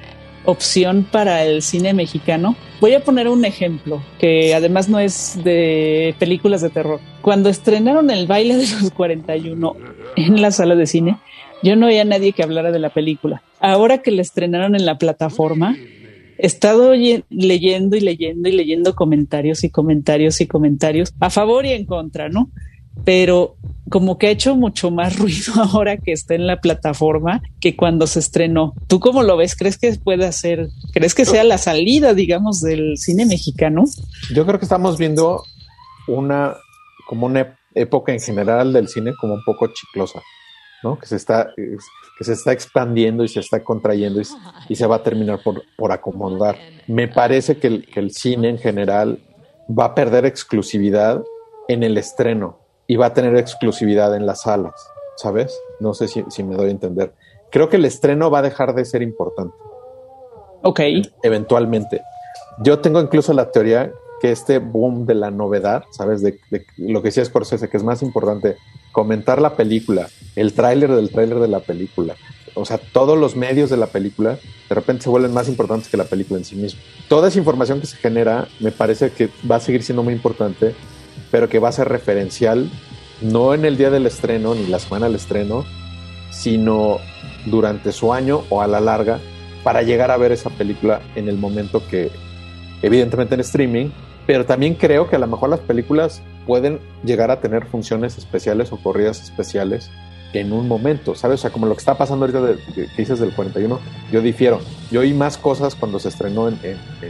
opción para el cine mexicano. Voy a poner un ejemplo que además no es de películas de terror. Cuando estrenaron El baile de los 41 en la sala de cine, yo no oía a nadie que hablara de la película. Ahora que la estrenaron en la plataforma, he estado leyendo y leyendo y leyendo comentarios y comentarios y comentarios a favor y en contra, ¿no? Pero como que ha hecho mucho más ruido ahora que está en la plataforma que cuando se estrenó. ¿Tú cómo lo ves? ¿Crees que crees que sea la salida, digamos, del cine mexicano? Yo creo que estamos viendo una época en general del cine como un poco chiclosa, ¿no? Que se está expandiendo y se está contrayendo y se va a terminar por acomodar. Me parece que el cine en general va a perder exclusividad en el estreno y va a tener exclusividad en las salas, ¿sabes? No sé si me doy a entender. Creo que el estreno va a dejar de ser importante. Ok. Eventualmente. Yo tengo incluso la teoría que este boom de la novedad, ¿sabes? De lo que decía Scorsese, que es más importante comentar la película, el tráiler del tráiler de la película, o sea, todos los medios de la película de repente se vuelven más importantes que la película en sí misma. Toda esa información que se genera me parece que va a seguir siendo muy importante, pero que va a ser referencial no en el día del estreno ni la semana del estreno, sino durante su año o a la larga para llegar a ver esa película en el momento que, evidentemente en streaming, pero también creo que a lo mejor las películas pueden llegar a tener funciones especiales o corridas especiales en un momento, ¿sabes? O sea, como lo que está pasando ahorita que dices del 41, yo difiero. Yo oí más cosas cuando se estrenó en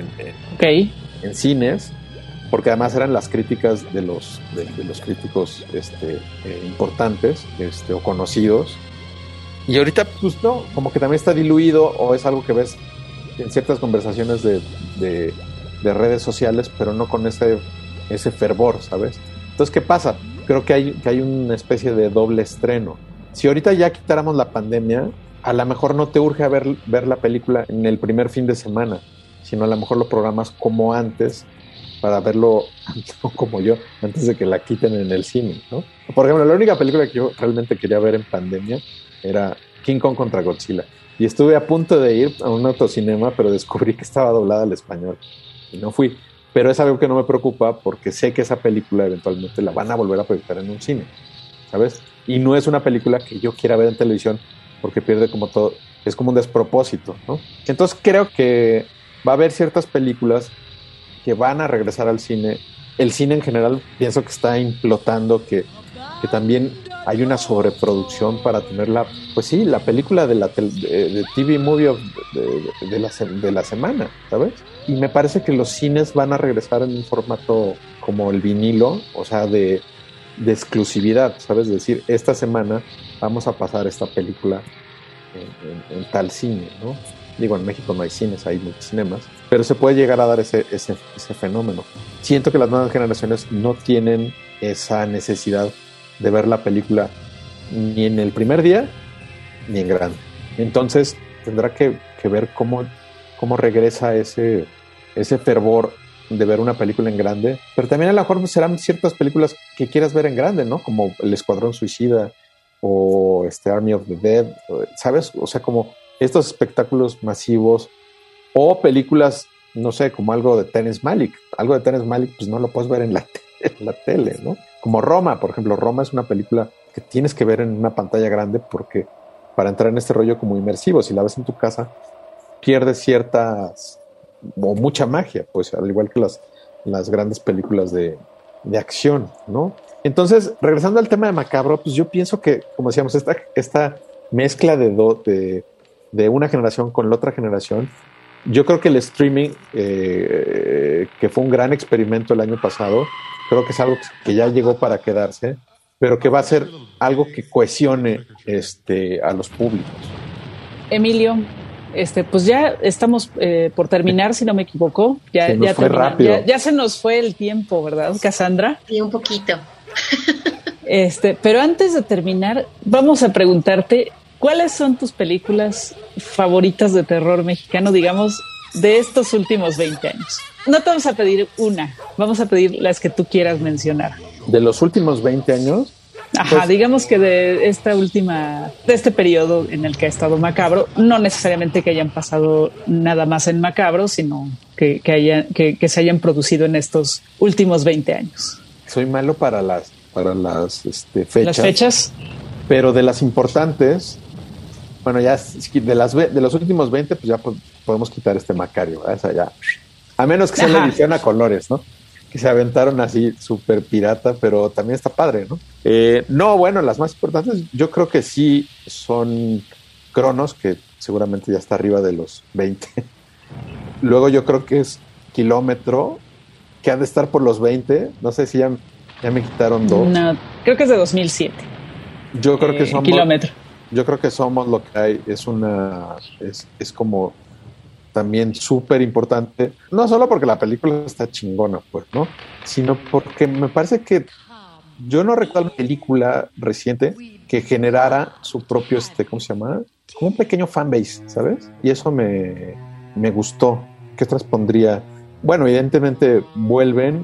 cines, porque además eran las críticas de los críticos importantes o conocidos. Y ahorita, pues no, como que también está diluido o es algo que ves en ciertas conversaciones de redes sociales, pero no con ese fervor, ¿sabes? Entonces, ¿qué pasa? Creo que hay una especie de doble estreno. Si ahorita ya quitáramos la pandemia, a lo mejor no te urge a ver la película en el primer fin de semana, sino a lo mejor lo programas como antes para verlo, como yo, antes de que la quiten en el cine, ¿no? Por ejemplo, la única película que yo realmente quería ver en pandemia era King Kong contra Godzilla. Y estuve a punto de ir a un autocinema, pero descubrí que estaba doblada al español y no fui. Pero es algo que no me preocupa porque sé que esa película eventualmente la van a volver a proyectar en un cine, ¿sabes? Y no es una película que yo quiera ver en televisión porque pierde como todo, es como un despropósito, ¿no? Entonces creo que va a haber ciertas películas que van a regresar al cine. El cine en general pienso que está implotando, que también hay una sobreproducción para tener la película de TV Movie de la semana, ¿sabes? Y me parece que los cines van a regresar en un formato como el vinilo, o sea, de exclusividad, ¿sabes? Es decir, esta semana vamos a pasar esta película en tal cine, ¿no? Digo, en México no hay cines, hay multicinemas, pero se puede llegar a dar ese fenómeno. Siento que las nuevas generaciones no tienen esa necesidad de ver la película ni en el primer día ni en grande. Entonces tendrá que ver cómo regresa ese fervor de ver una película en grande, pero también a lo mejor serán ciertas películas que quieras ver en grande, ¿no? Como El Escuadrón Suicida o Army of the Dead, ¿sabes? O sea, como estos espectáculos masivos o películas, no sé, como algo de Terrence Malick. Algo de Terrence Malick, pues no lo puedes ver en la tele, ¿no? Como Roma, por ejemplo. Roma es una película que tienes que ver en una pantalla grande porque para entrar en este rollo como inmersivo, si la ves en tu casa, pierdes ciertas o mucha magia, pues al igual que las grandes películas de acción, ¿no? Entonces, regresando al tema de Macabro, pues yo pienso que, como decíamos, esta mezcla de una generación con la otra generación, yo creo que el streaming, que fue un gran experimento el año pasado, creo que es algo que ya llegó para quedarse, pero que va a ser algo que cohesione a los públicos. Emilio, pues ya estamos por terminar, si no me equivoco. Ya fue rápido. Ya se nos fue el tiempo, ¿verdad, Cassandra? Sí, un poquito. Pero antes de terminar, vamos a preguntarte, ¿cuáles son tus películas favoritas de terror mexicano, digamos, de estos últimos 20 años? No te vamos a pedir una, vamos a pedir las que tú quieras mencionar. ¿De los últimos 20 años? Ajá, pues, digamos que de este periodo en el que ha estado Macabro, no necesariamente que hayan pasado nada más en Macabro, sino que se hayan producido en estos últimos 20 años. Soy malo para las fechas. Las fechas. Pero de las importantes, bueno, ya de los últimos 20, pues ya podemos quitar Macario, ¿verdad? Esa ya. A menos que sea la edición a colores, ¿no? Que se aventaron así súper pirata, pero también está padre, ¿no? No, bueno, las más importantes yo creo que sí son Cronos, que seguramente ya está arriba de los 20. Luego yo creo que es Kilómetro, que ha de estar por los 20. No sé si ya me quitaron 2. No, creo que es de 2007. Yo creo que somos... Kilómetro. Yo creo que Somos lo que hay. Es como... también súper importante, no solo porque la película está chingona, pues, ¿no? Sino porque me parece que yo no recuerdo una película reciente que generara su propio, ¿cómo se llama? Como un pequeño fanbase, ¿sabes? Y eso me gustó. ¿Qué otras pondría? Bueno, evidentemente Vuelven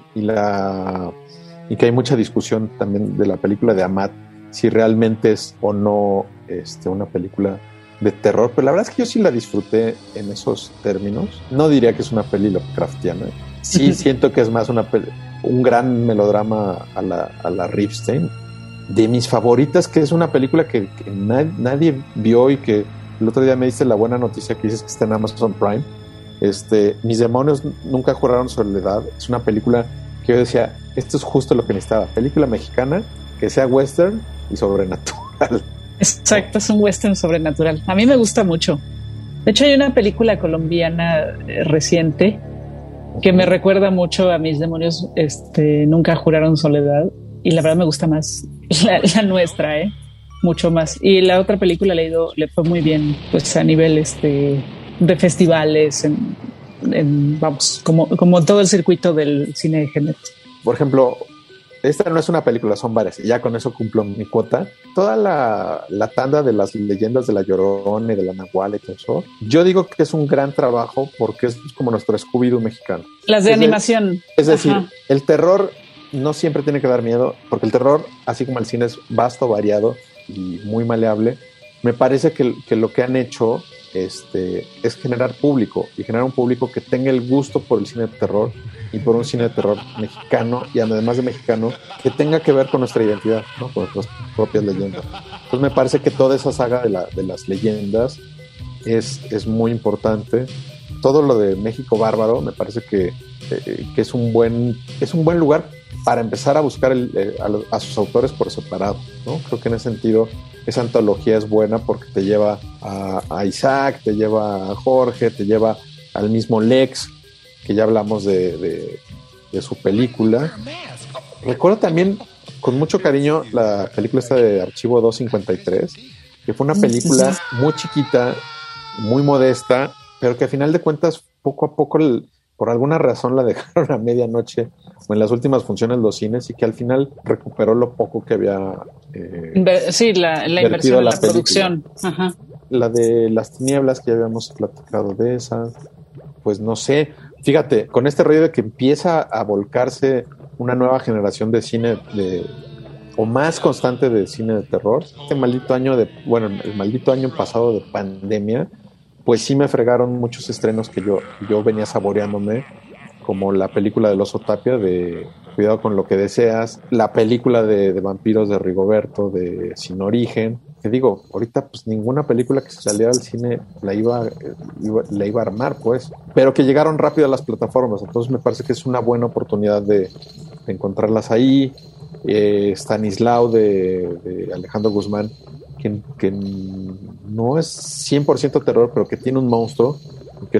y que hay mucha discusión también de la película de Amat, si realmente es o no una película de terror, pero la verdad es que yo sí la disfruté en esos términos. No diría que es una peli Lovecraftiana. Sí siento que es más un gran melodrama a la Ripstein. De mis favoritas, que es una película que nadie vio y que el otro día me diste la buena noticia que dices que está en Amazon Prime. Mis demonios nunca juraron soledad. Es una película que yo decía, esto es justo lo que necesitaba. Película mexicana, que sea western y sobrenatural. Exacto, es un western sobrenatural. A mí me gusta mucho. De hecho, hay una película colombiana reciente que me recuerda mucho a Mis demonios nunca juraron soledad, y la verdad me gusta más la nuestra, mucho más. Y la otra película le fue muy bien, pues a nivel de festivales, vamos, como todo el circuito del cine de género. Por ejemplo, esta no es una película, son varias, y ya con eso cumplo mi cuota. Toda la tanda de las leyendas de la Llorona y de la Nahuala y todo eso, yo digo que es un gran trabajo porque es como nuestro Scooby-Doo mexicano. Las de animación. Es decir, el terror no siempre tiene que dar miedo, porque el terror, así como el cine, es vasto, variado y muy maleable. Me parece que lo que han hecho es generar público, y generar un público que tenga el gusto por el cine de terror y por un cine de terror mexicano, y además de mexicano, que tenga que ver con nuestra identidad, ¿no? Con nuestras propias leyendas. Entonces me parece que toda esa saga de las leyendas es muy importante. Todo lo de México Bárbaro me parece que es un buen lugar para empezar a buscar a sus autores por separado, ¿no? Creo que en ese sentido esa antología es buena porque te lleva a Isaac, te lleva a Jorge, te lleva al mismo Lex, que ya hablamos de su película. Recuerdo también con mucho cariño la película esta de Archivo 253, que fue una película muy chiquita, muy modesta, pero que a final de cuentas poco a poco por alguna razón la dejaron a medianoche o en las últimas funciones de los cines, y que al final recuperó lo poco que había la inversión en la producción. Ajá. La de Las Tinieblas, que ya habíamos platicado de esa, pues no sé, fíjate, con este rollo de que empieza a volcarse una nueva generación de cine o más constante de cine de terror. El maldito año pasado de pandemia, pues sí me fregaron muchos estrenos que yo venía saboreándome, como la película del Oso Tapia de Cuidado con lo que deseas, la película de vampiros de Rigoberto, de Sin Origen, que digo, ahorita pues ninguna película que saliera al cine la iba a armar, pues, pero que llegaron rápido a las plataformas. Entonces me parece que es una buena oportunidad de encontrarlas ahí. Stanislao de Alejandro Guzmán, que no es 100% terror, pero que tiene un monstruo, que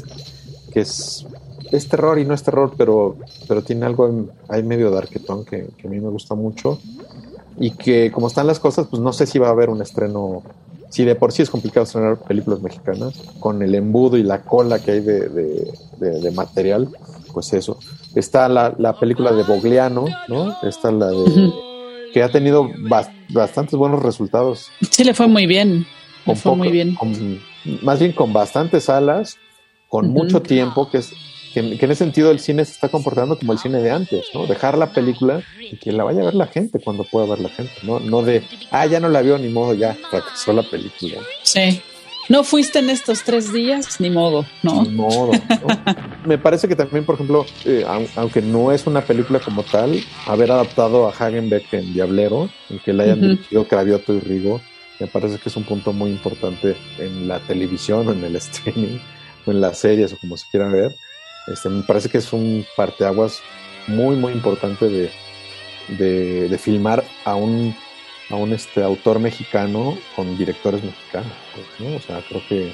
es terror y no es terror, pero tiene algo ahí medio darketón que a mí me gusta mucho, y que como están las cosas, pues no sé si va a haber un estreno. Si de por sí es complicado estrenar películas mexicanas, con el embudo y la cola que hay de material, pues eso. Está la película de Bogliano, ¿no? Está la de... que ha tenido bastantes buenos resultados. Sí, le fue muy bien. Más bien con bastantes salas, con mucho tiempo, que es que en ese sentido el cine se está comportando como el cine de antes, ¿no? Dejar la película y que la vaya a ver la gente cuando pueda ver la gente, no de, ya no la vio, ni modo, ya fracasó la película. Sí. No fuiste en estos 3 días, ni modo, ¿no? Ni modo, ¿no? Me parece que también, por ejemplo, aunque no es una película como tal, haber adaptado a Hagenbeck en Diablero, en que le hayan dirigido Cravioto y Rigo, me parece que es un punto muy importante en la televisión o en el streaming o en las series o como se quieran ver. Me parece que es un parteaguas muy, muy importante de filmar a un autor mexicano con directores mexicanos, ¿no? O sea, creo que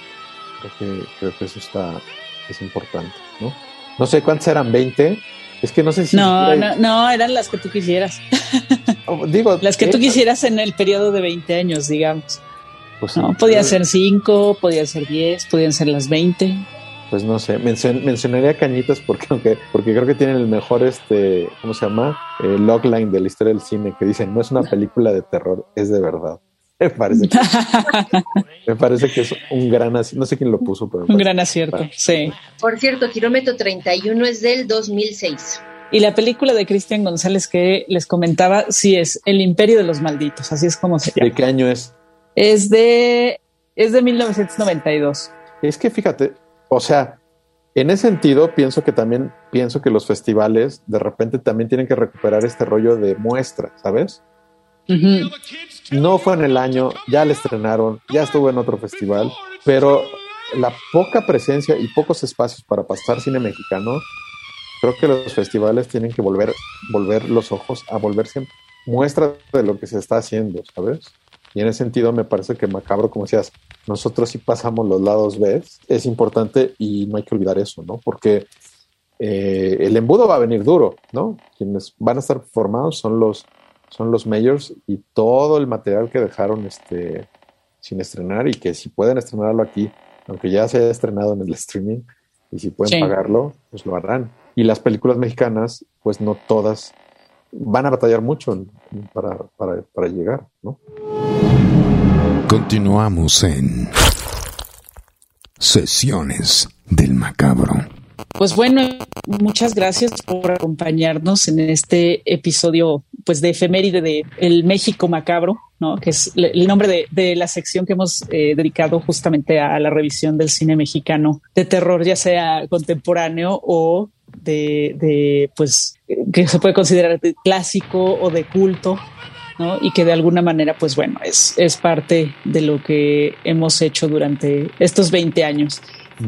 eso es importante, ¿no? No sé cuántas eran, 20. Es que no sé si... No, eran las que tú quisieras. Digo, las que tú quisieras en el periodo de 20 años, digamos. Pues no, podía ser 5, podía ser 10, podían ser las 20. Pues no sé, mencionaría Cañitas porque creo que tienen el mejor ¿cómo se llama? Logline de la historia del cine, que dicen, no es una película de terror, es de verdad. Me parece que es un gran acierto, no sé quién lo puso, pero un gran acierto, sí. Por cierto, Kilómetro 31 es del 2006. Y la película de Cristian González que les comentaba, sí es El Imperio de los Malditos, así es como se llama. ¿De qué año es? Es de 1992. Es que fíjate, o sea, en ese sentido pienso que los festivales de repente también tienen que recuperar este rollo de muestra, ¿sabes? Uh-huh. No fue en el año, ya la estrenaron, ya estuvo en otro festival, pero la poca presencia y pocos espacios para pasar cine mexicano, creo que los festivales tienen que volver los ojos a volverse muestra de lo que se está haciendo, ¿sabes? Y en ese sentido me parece que Macabro, como decías, nosotros sí pasamos los lados B, es importante y no hay que olvidar eso, ¿no? Porque el embudo va a venir duro, ¿no? Quienes van a estar formados son los majors y todo el material que dejaron sin estrenar y que si pueden estrenarlo aquí, aunque ya se haya estrenado en el streaming y si pueden pagarlo, pues lo harán. Y las películas mexicanas, pues no todas van a batallar mucho para llegar, ¿no? Continuamos en Sesiones del Macabro. Pues bueno, muchas gracias por acompañarnos en este episodio pues de efeméride de El México Macabro, ¿no? Que es el nombre de la sección que hemos dedicado justamente a la revisión del cine mexicano de terror, ya sea contemporáneo o de pues que se puede considerar de clásico o de culto, ¿no? Y que de alguna manera, pues bueno, es parte de lo que hemos hecho durante estos 20 años.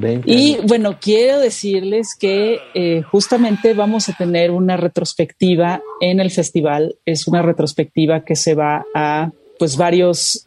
Y bueno, quiero decirles que justamente vamos a tener una retrospectiva en el festival. Es una retrospectiva que se va a pues varios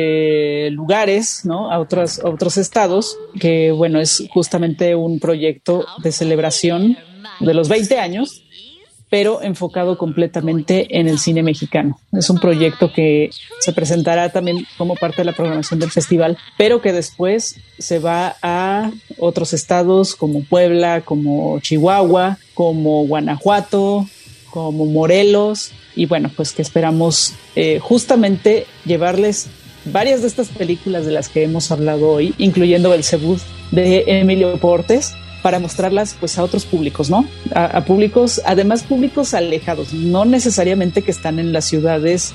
lugares, ¿no? A otros estados, que bueno, es justamente un proyecto de celebración de los 20 años, pero enfocado completamente en el cine mexicano. Es un proyecto que se presentará también como parte de la programación del festival, pero que después se va a otros estados como Puebla, como Chihuahua, como Guanajuato, como Morelos, y bueno, pues que esperamos justamente llevarles varias de estas películas de las que hemos hablado hoy, incluyendo Belzebú de Emilio Portes, para mostrarlas pues a otros públicos, ¿no? A públicos, además públicos alejados, no necesariamente que están en las ciudades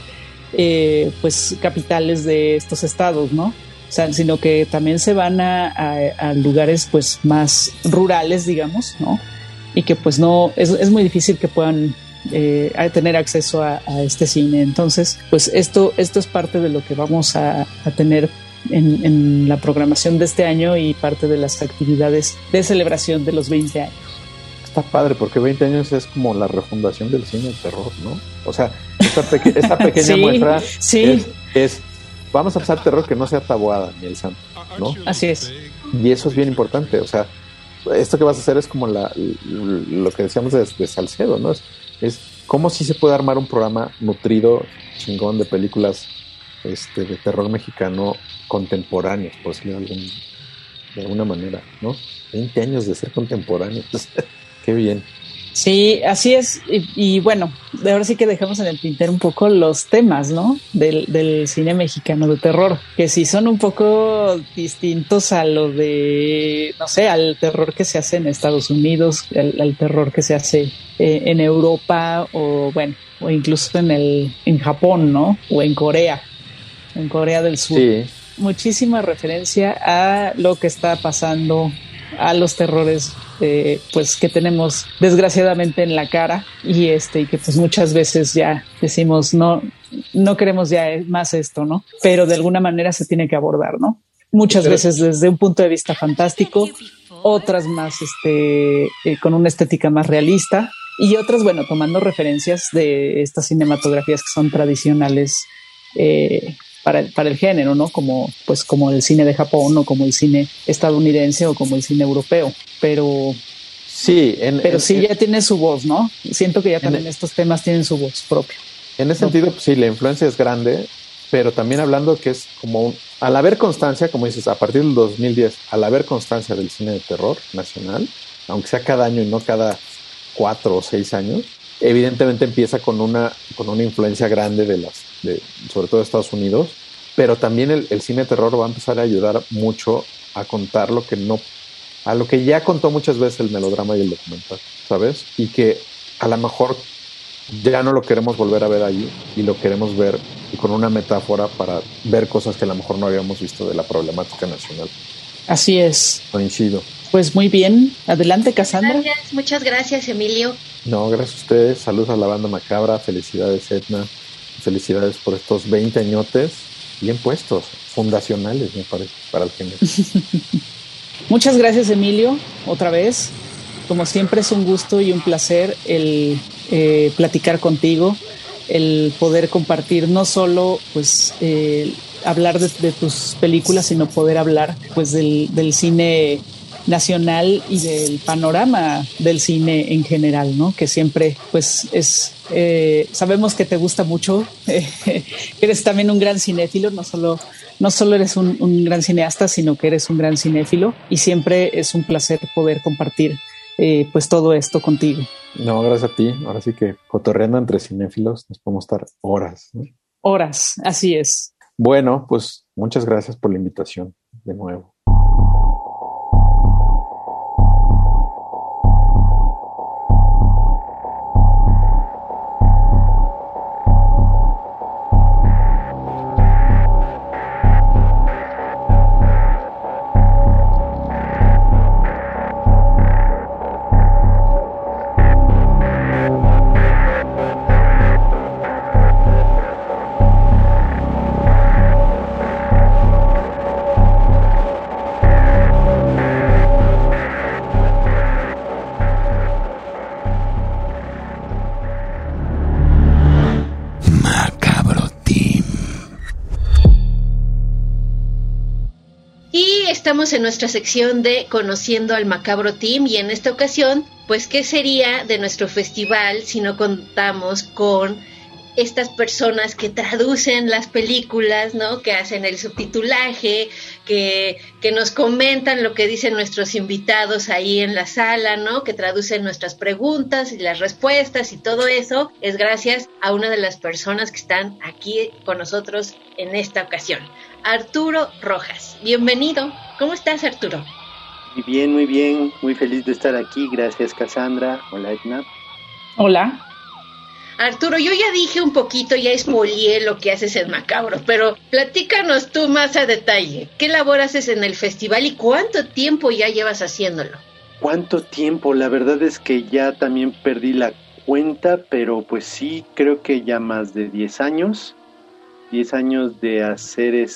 pues capitales de estos estados, ¿no? O sea, sino que también se van a lugares pues más rurales, digamos, ¿no? Y que pues no, es muy difícil que puedan tener acceso a este cine. Entonces, pues esto es parte de lo que vamos a tener en la programación de este año y parte de las actividades de celebración de los 20 años. Está padre porque 20 años es como la refundación del cine de terror, ¿no? O sea, esta pequeña sí, muestra sí. es vamos a pasar terror que no sea Taboada ni El Santo, ¿no? Así es. Y eso es bien importante, o sea, esto que vas a hacer es como lo que decíamos de Salcedo, ¿no? Es cómo sí se puede armar un programa nutrido, chingón de películas de terror mexicano contemporáneos, por decirlo de alguna manera, ¿no? 20 años de ser contemporáneos, qué bien. Sí, así es. Y bueno, ahora sí que dejamos en el tintero un poco los temas, ¿no? Del cine mexicano de terror, que sí son un poco distintos a lo de, no sé, al terror que se hace en Estados Unidos, al terror que se hace en Europa o bueno, o incluso en Japón, ¿no? O en Corea del Sur. Sí. Muchísima referencia a lo que está pasando, a los terrores pues que tenemos desgraciadamente en la cara y que pues muchas veces ya decimos no queremos ya más esto, ¿no? Pero de alguna manera se tiene que abordar, ¿no? Muchas veces desde un punto de vista fantástico, otras más con una estética más realista y otras, bueno, tomando referencias de estas cinematografías que son tradicionales para el género, ¿no? Como el cine de Japón o como el cine estadounidense o como el cine europeo. Pero sí, ya tiene su voz, ¿no? Siento que ya también estos temas tienen su voz propia. En ese sentido, pues, sí, la influencia es grande, pero también hablando que es como al haber constancia, como dices, a partir del 2010, al haber constancia del cine de terror nacional, aunque sea cada año y no cada 4 o 6 años, evidentemente empieza con una influencia grande sobre todo de Estados Unidos, pero también el cine de terror va a empezar a ayudar mucho a contar a lo que ya contó muchas veces el melodrama y el documental, ¿sabes? Y que a lo mejor ya no lo queremos volver a ver allí y lo queremos ver con una metáfora para ver cosas que a lo mejor no habíamos visto de la problemática nacional. Así es. Coincido. Pues muy bien. Adelante, Cassandra. Muchas gracias, Emilio. No, gracias a ustedes. Saludos a la banda Macabra. Felicidades, Edna. Felicidades por estos 20 añotes bien puestos, fundacionales, me parece, para el género. Muchas gracias, Emilio, otra vez. Como siempre es un gusto y un placer el platicar contigo, el poder compartir no solo pues hablar de tus películas, sino poder hablar pues del cine nacional y del panorama del cine en general, ¿no? Que siempre pues es sabemos que te gusta mucho, eres también un gran cinéfilo, no solo eres un gran cineasta, sino que eres un gran cinéfilo y siempre es un placer poder compartir pues todo esto contigo. No, gracias a ti. Ahora sí que cotorreando entre cinéfilos nos podemos estar horas, ¿no? Horas, así es. Bueno, pues muchas gracias por la invitación de nuevo. Estamos en nuestra sección de Conociendo al Macabro Team y en esta ocasión, pues, ¿qué sería de nuestro festival si no contamos con estas personas que traducen las películas, ¿no? Que hacen el subtitulaje, que nos comentan lo que dicen nuestros invitados ahí en la sala, ¿no? Que traducen nuestras preguntas y las respuestas y todo eso es gracias a una de las personas que están aquí con nosotros en esta ocasión. Arturo Rojas, bienvenido. ¿Cómo estás, Arturo? Muy bien, muy feliz de estar aquí. Gracias, Cassandra. Hola, Edna. Hola. Arturo, yo ya dije un poquito, ya expolié lo que haces en Macabro, pero platícanos tú más a detalle. ¿Qué labor haces en el festival y cuánto tiempo ya llevas haciéndolo? ¿Cuánto tiempo? La verdad es que ya también perdí la cuenta, pero pues sí, creo que ya más de 10 años. 10 años de hacer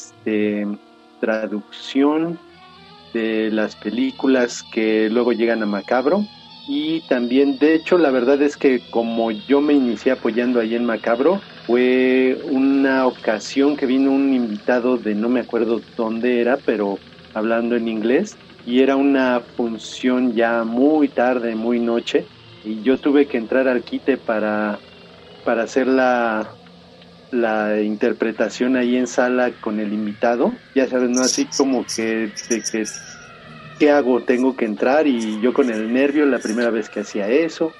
traducción de las películas que luego llegan a Macabro. Y también, de hecho, la verdad es que como yo me inicié apoyando ahí en Macabro, fue una ocasión que vino un invitado de no me acuerdo dónde era, pero hablando en inglés, y era una función ya muy tarde, muy noche, y yo tuve que entrar al quite para hacer la interpretación ahí en sala con el invitado, ya sabes, ¿no? Así como que ¿qué hago? Tengo que entrar, y yo con el nervio la primera vez que hacía eso,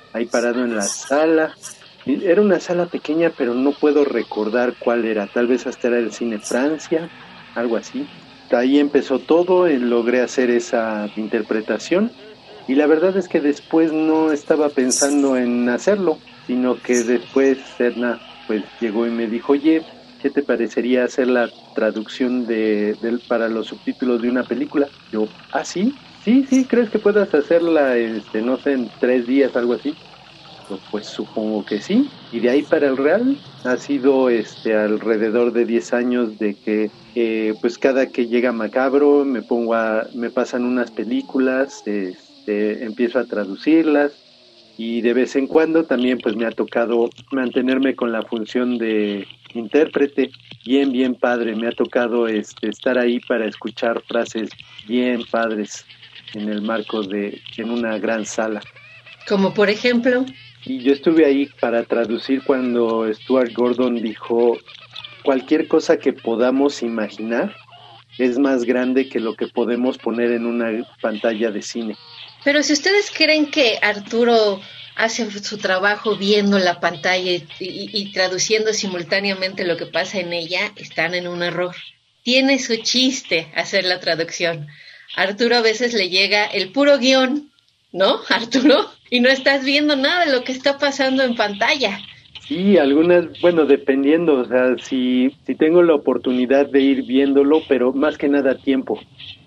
ahí parado en la sala. Era una sala pequeña, pero no puedo recordar cuál era. Tal vez hasta era el Cine Francia, algo así. Ahí empezó todo, logré hacer esa interpretación. Y la verdad es que después no estaba pensando en hacerlo, sino que después Edna pues llegó y me dijo, oye, ¿qué te parecería hacer la traducción para los subtítulos de una película? Yo, ¿sí? Sí, ¿crees que puedas hacerla, no sé, en 3 días, algo así? Pues supongo que sí. Y de ahí para el Real ha sido alrededor de 10 años de que pues cada que llega Macabro me pasan unas películas, empiezo a traducirlas, y de vez en cuando también pues me ha tocado mantenerme con la función de intérprete. Bien padre, me ha tocado estar ahí para escuchar frases bien padres en el marco en una gran sala. Como por ejemplo... Y yo estuve ahí para traducir cuando Stuart Gordon dijo, cualquier cosa que podamos imaginar es más grande que lo que podemos poner en una pantalla de cine. Pero si ustedes creen que Arturo hace su trabajo viendo la pantalla y traduciendo simultáneamente lo que pasa en ella, están en un error. Tiene su chiste hacer la traducción. Arturo a veces le llega el puro guión, ¿no, Arturo? Y no estás viendo nada de lo que está pasando en pantalla. Sí, algunas, bueno, dependiendo, o sea, si tengo la oportunidad de ir viéndolo, pero más que nada tiempo.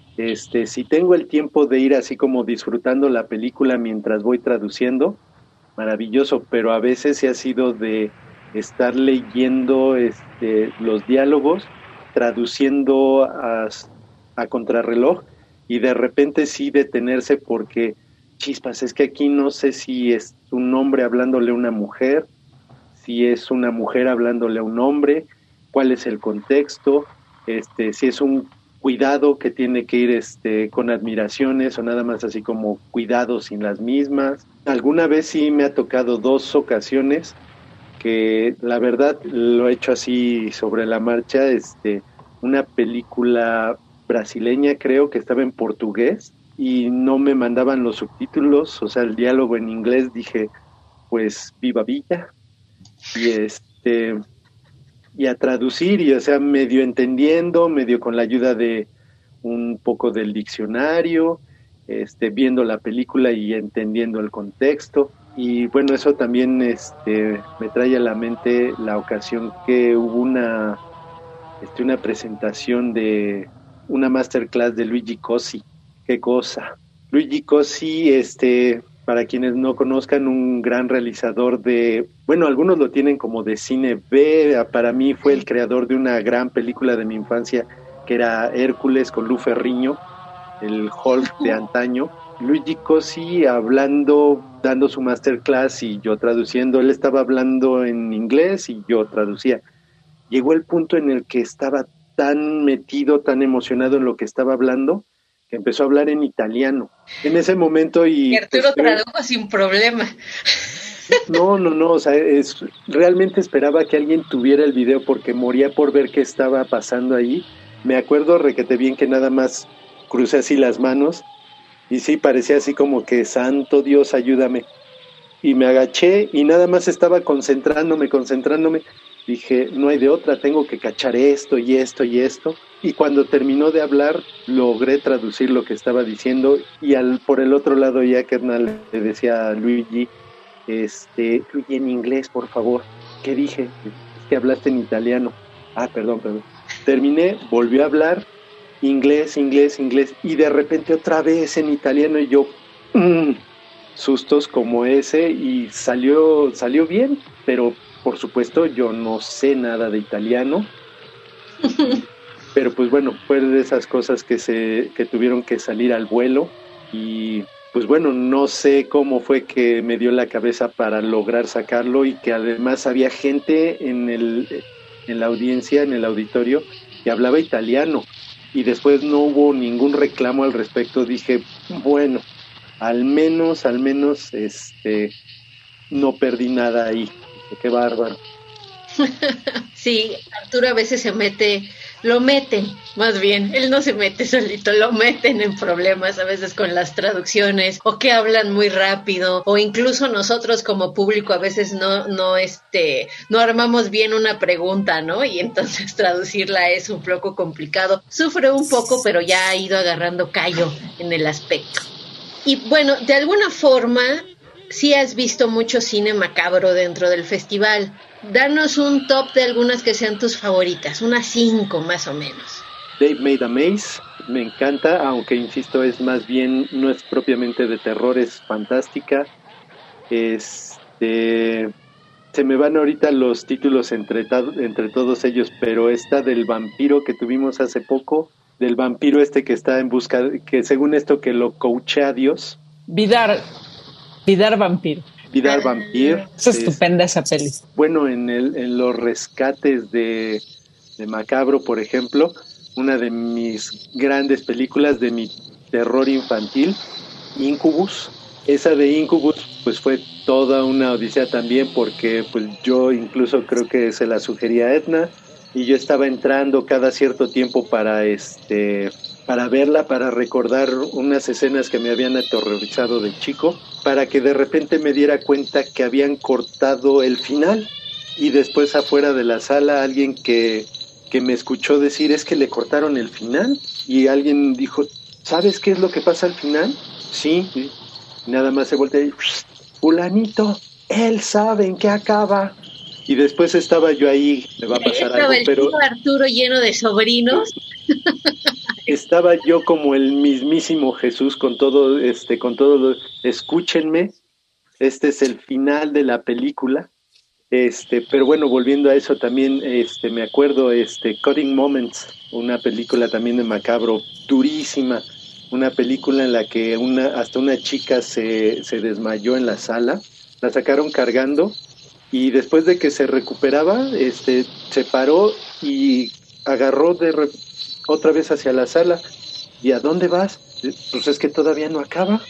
Si tengo el tiempo de ir así como disfrutando la película mientras voy traduciendo, maravilloso, pero a veces se ha sido de estar leyendo los diálogos, traduciendo a contrarreloj, y de repente sí detenerse porque chispas, es que aquí no sé si es un hombre hablándole a una mujer, si es una mujer hablándole a un hombre, cuál es el contexto, si es un cuidado que tiene que ir con admiraciones o nada más así como cuidado sin las mismas. Alguna vez sí me ha tocado 2 ocasiones que la verdad lo he hecho así sobre la marcha, una película brasileña creo que estaba en portugués y no me mandaban los subtítulos, o sea, el diálogo en inglés, dije, pues viva Villa, y a traducir, y o sea, medio entendiendo, medio con la ayuda de un poco del diccionario, viendo la película y entendiendo el contexto. Y bueno, eso también me trae a la mente la ocasión que hubo una presentación de una masterclass de Luigi Cosi. Qué cosa. Luigi Cosi, para quienes no conozcan, un gran realizador bueno, algunos lo tienen como de cine B, para mí fue el creador de una gran película de mi infancia, que era Hércules con Lou Ferrigno, el Hulk de antaño. Luigi Cosi dando su masterclass y yo traduciendo, él estaba hablando en inglés y yo traducía. Llegó el punto en el que estaba tan metido, tan emocionado en lo que estaba hablando, que empezó a hablar en italiano. En ese momento y Arturo tradujo sin problema. No, o sea, realmente esperaba que alguien tuviera el video porque moría por ver qué estaba pasando ahí. Me acuerdo requete bien que nada más crucé así las manos y sí, parecía así como que santo Dios, ayúdame. Y me agaché y nada más estaba concentrándome. Dije, no hay de otra, tengo que cachar esto y esto y esto. Y cuando terminó de hablar, logré traducir lo que estaba diciendo. Y por el otro lado, ya que le decía a Luigi, Luigi, en inglés, por favor. ¿Qué dije? Es que hablaste en italiano. Perdón. Terminé, volvió a hablar inglés. Y de repente otra vez en italiano y yo, sustos como ese. Y salió bien, pero... Por supuesto, yo no sé nada de italiano, pero pues bueno, fue de esas cosas que tuvieron que salir al vuelo y pues bueno, no sé cómo fue que me dio la cabeza para lograr sacarlo y que además había gente en la audiencia, en el auditorio, que hablaba italiano y después no hubo ningún reclamo al respecto. Dije, bueno, al menos, no perdí nada ahí. Qué bárbaro. Sí, Arturo a veces se mete lo meten, más bien, él no se mete solito, lo meten en problemas a veces con las traducciones, o que hablan muy rápido, o incluso nosotros como público a veces no armamos bien una pregunta, ¿no? Y entonces traducirla es un poco complicado. Sufre un poco, pero ya ha ido agarrando callo en el aspecto. Y bueno, de alguna forma, sí has visto mucho cine macabro dentro del festival. Danos un top de algunas que sean tus favoritas, unas 5 más o menos. Dave Made a Maze, me encanta, aunque insisto, es más bien, no es propiamente de terror, es fantástica. Se me van ahorita los títulos entre todos ellos, pero esta del vampiro que tuvimos hace poco, del vampiro que está en busca, que según esto que lo coachea Dios. Vidar Vampiro. Vidar Vampir. Es estupenda esa peli. Bueno, en los rescates de Macabro, por ejemplo, una de mis grandes películas de mi terror infantil, Incubus. Esa de Incubus pues fue toda una odisea también, porque pues yo incluso creo que se la sugería a Edna, y yo estaba entrando cada cierto tiempo para verla, para recordar unas escenas que me habían aterrorizado de chico, para que de repente me diera cuenta que habían cortado el final, y después afuera de la sala alguien que me escuchó decir, es que le cortaron el final, y alguien dijo, ¿sabes qué es lo que pasa al final? Sí, nada más se voltea y, fulanito, él sabe en qué acaba. Y después estaba yo ahí, me va a pasar algo, pero tío Arturo lleno de sobrinos. Estaba yo como el mismísimo Jesús con todo escúchenme, este es el final de la película. Pero bueno, volviendo a eso también, me acuerdo, Cutting Moments, una película también de macabro, durísima, una película en la que hasta una chica se desmayó en la sala, la sacaron cargando, y después de que se recuperaba, se paró y agarró otra vez hacia la sala. ¿Y a dónde vas? Pues es que todavía no acaba.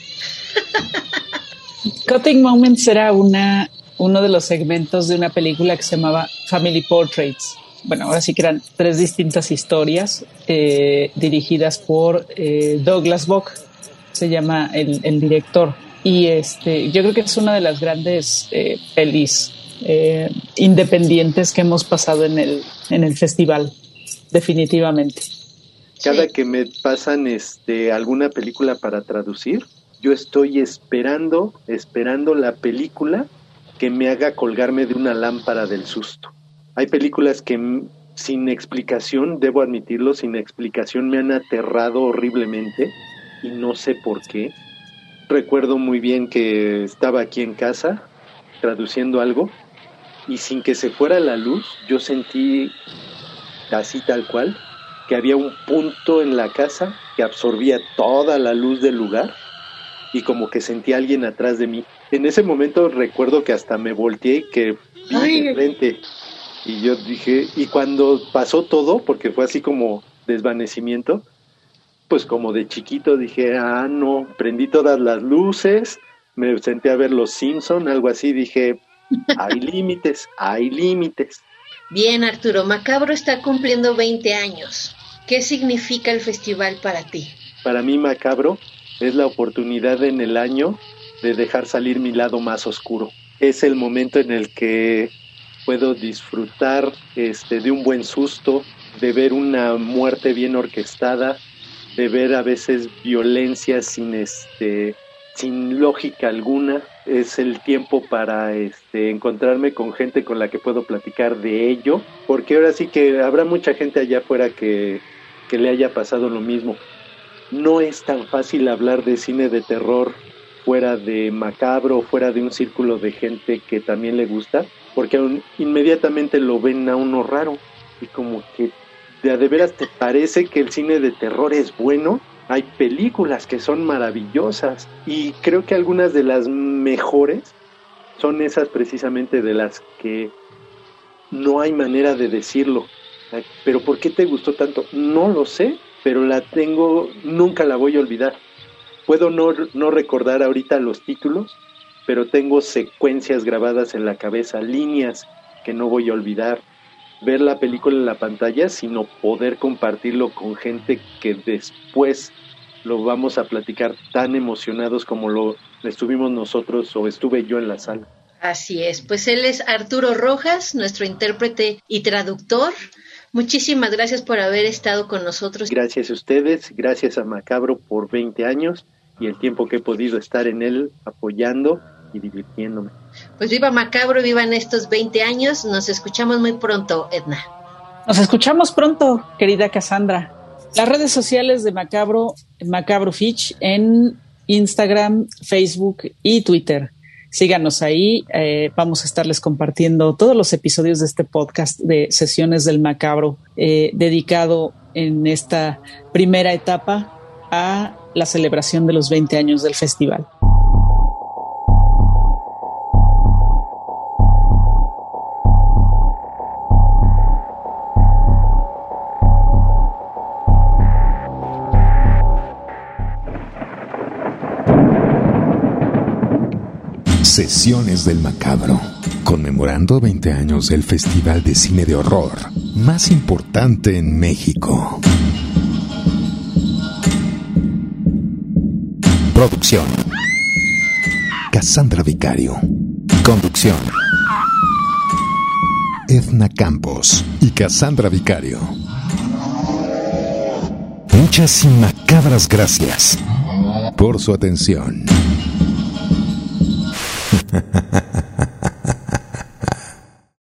Cutting Moments era uno de los segmentos de una película que se llamaba Family Portraits. Bueno, ahora sí que eran 3 distintas historias dirigidas por Douglas Bock, se llama el director. Y yo creo que es una de las grandes pelis independientes que hemos pasado en el festival, definitivamente. Cada que me pasan alguna película para traducir, yo estoy esperando la película que me haga colgarme de una lámpara del susto. Hay películas que sin explicación, debo admitirlo, sin explicación me han aterrado horriblemente y no sé por qué. Recuerdo muy bien que estaba aquí en casa traduciendo algo y sin que se fuera la luz, yo sentí así tal cual que había un punto en la casa que absorbía toda la luz del lugar y como que sentí a alguien atrás de mí. En ese momento recuerdo que hasta me volteé y que vi de frente. Y yo dije, y cuando pasó todo, porque fue así como desvanecimiento, pues como de chiquito dije, no, prendí todas las luces, me senté a ver Los Simpson, algo así, dije, hay límites, hay límites. Bien, Arturo, Macabro está cumpliendo 20 años. ¿Qué significa el festival para ti? Para mí Macabro es la oportunidad en el año de dejar salir mi lado más oscuro. Es el momento en el que puedo disfrutar de un buen susto, de ver una muerte bien orquestada, de ver a veces violencia sin lógica alguna. Es el tiempo para encontrarme con gente con la que puedo platicar de ello, porque ahora sí que habrá mucha gente allá afuera que le haya pasado lo mismo. No es tan fácil hablar de cine de terror fuera de Macabro, fuera de un círculo de gente que también le gusta, porque inmediatamente lo ven a uno raro y como que de veras te parece que el cine de terror es bueno. Hay películas que son maravillosas y creo que algunas de las mejores son esas precisamente de las que no hay manera de decirlo. Pero ¿por qué te gustó tanto? No lo sé, pero nunca la voy a olvidar. Puedo no recordar ahorita los títulos, pero tengo secuencias grabadas en la cabeza, líneas que no voy a olvidar. ver la película en la pantalla, sino poder compartirlo con gente que después lo vamos a platicar tan emocionados como lo estuvimos nosotros o estuve yo en la sala. Así es, pues él es Arturo Rojas, nuestro intérprete y traductor. Muchísimas gracias por haber estado con nosotros. Gracias a ustedes, gracias a Macabro por 20 años y el tiempo que he podido estar en él apoyando y divirtiéndome. Pues viva Macabro, vivan estos 20 años. Nos escuchamos muy pronto, Edna. Nos escuchamos pronto, querida Cassandra. Las redes sociales de Macabro, Macabro Fitch en Instagram, Facebook y Twitter. Síganos ahí, vamos a estarles compartiendo todos los episodios de este podcast de Sesiones del Macabro, dedicado en esta primera etapa a la celebración de los 20 años del festival. Sesiones del Macabro, conmemorando 20 años del Festival de Cine de Horror más importante en México. Producción: Cassandra Vicario. Conducción: Edna Campos y Cassandra Vicario. Muchas y macabras gracias por su atención.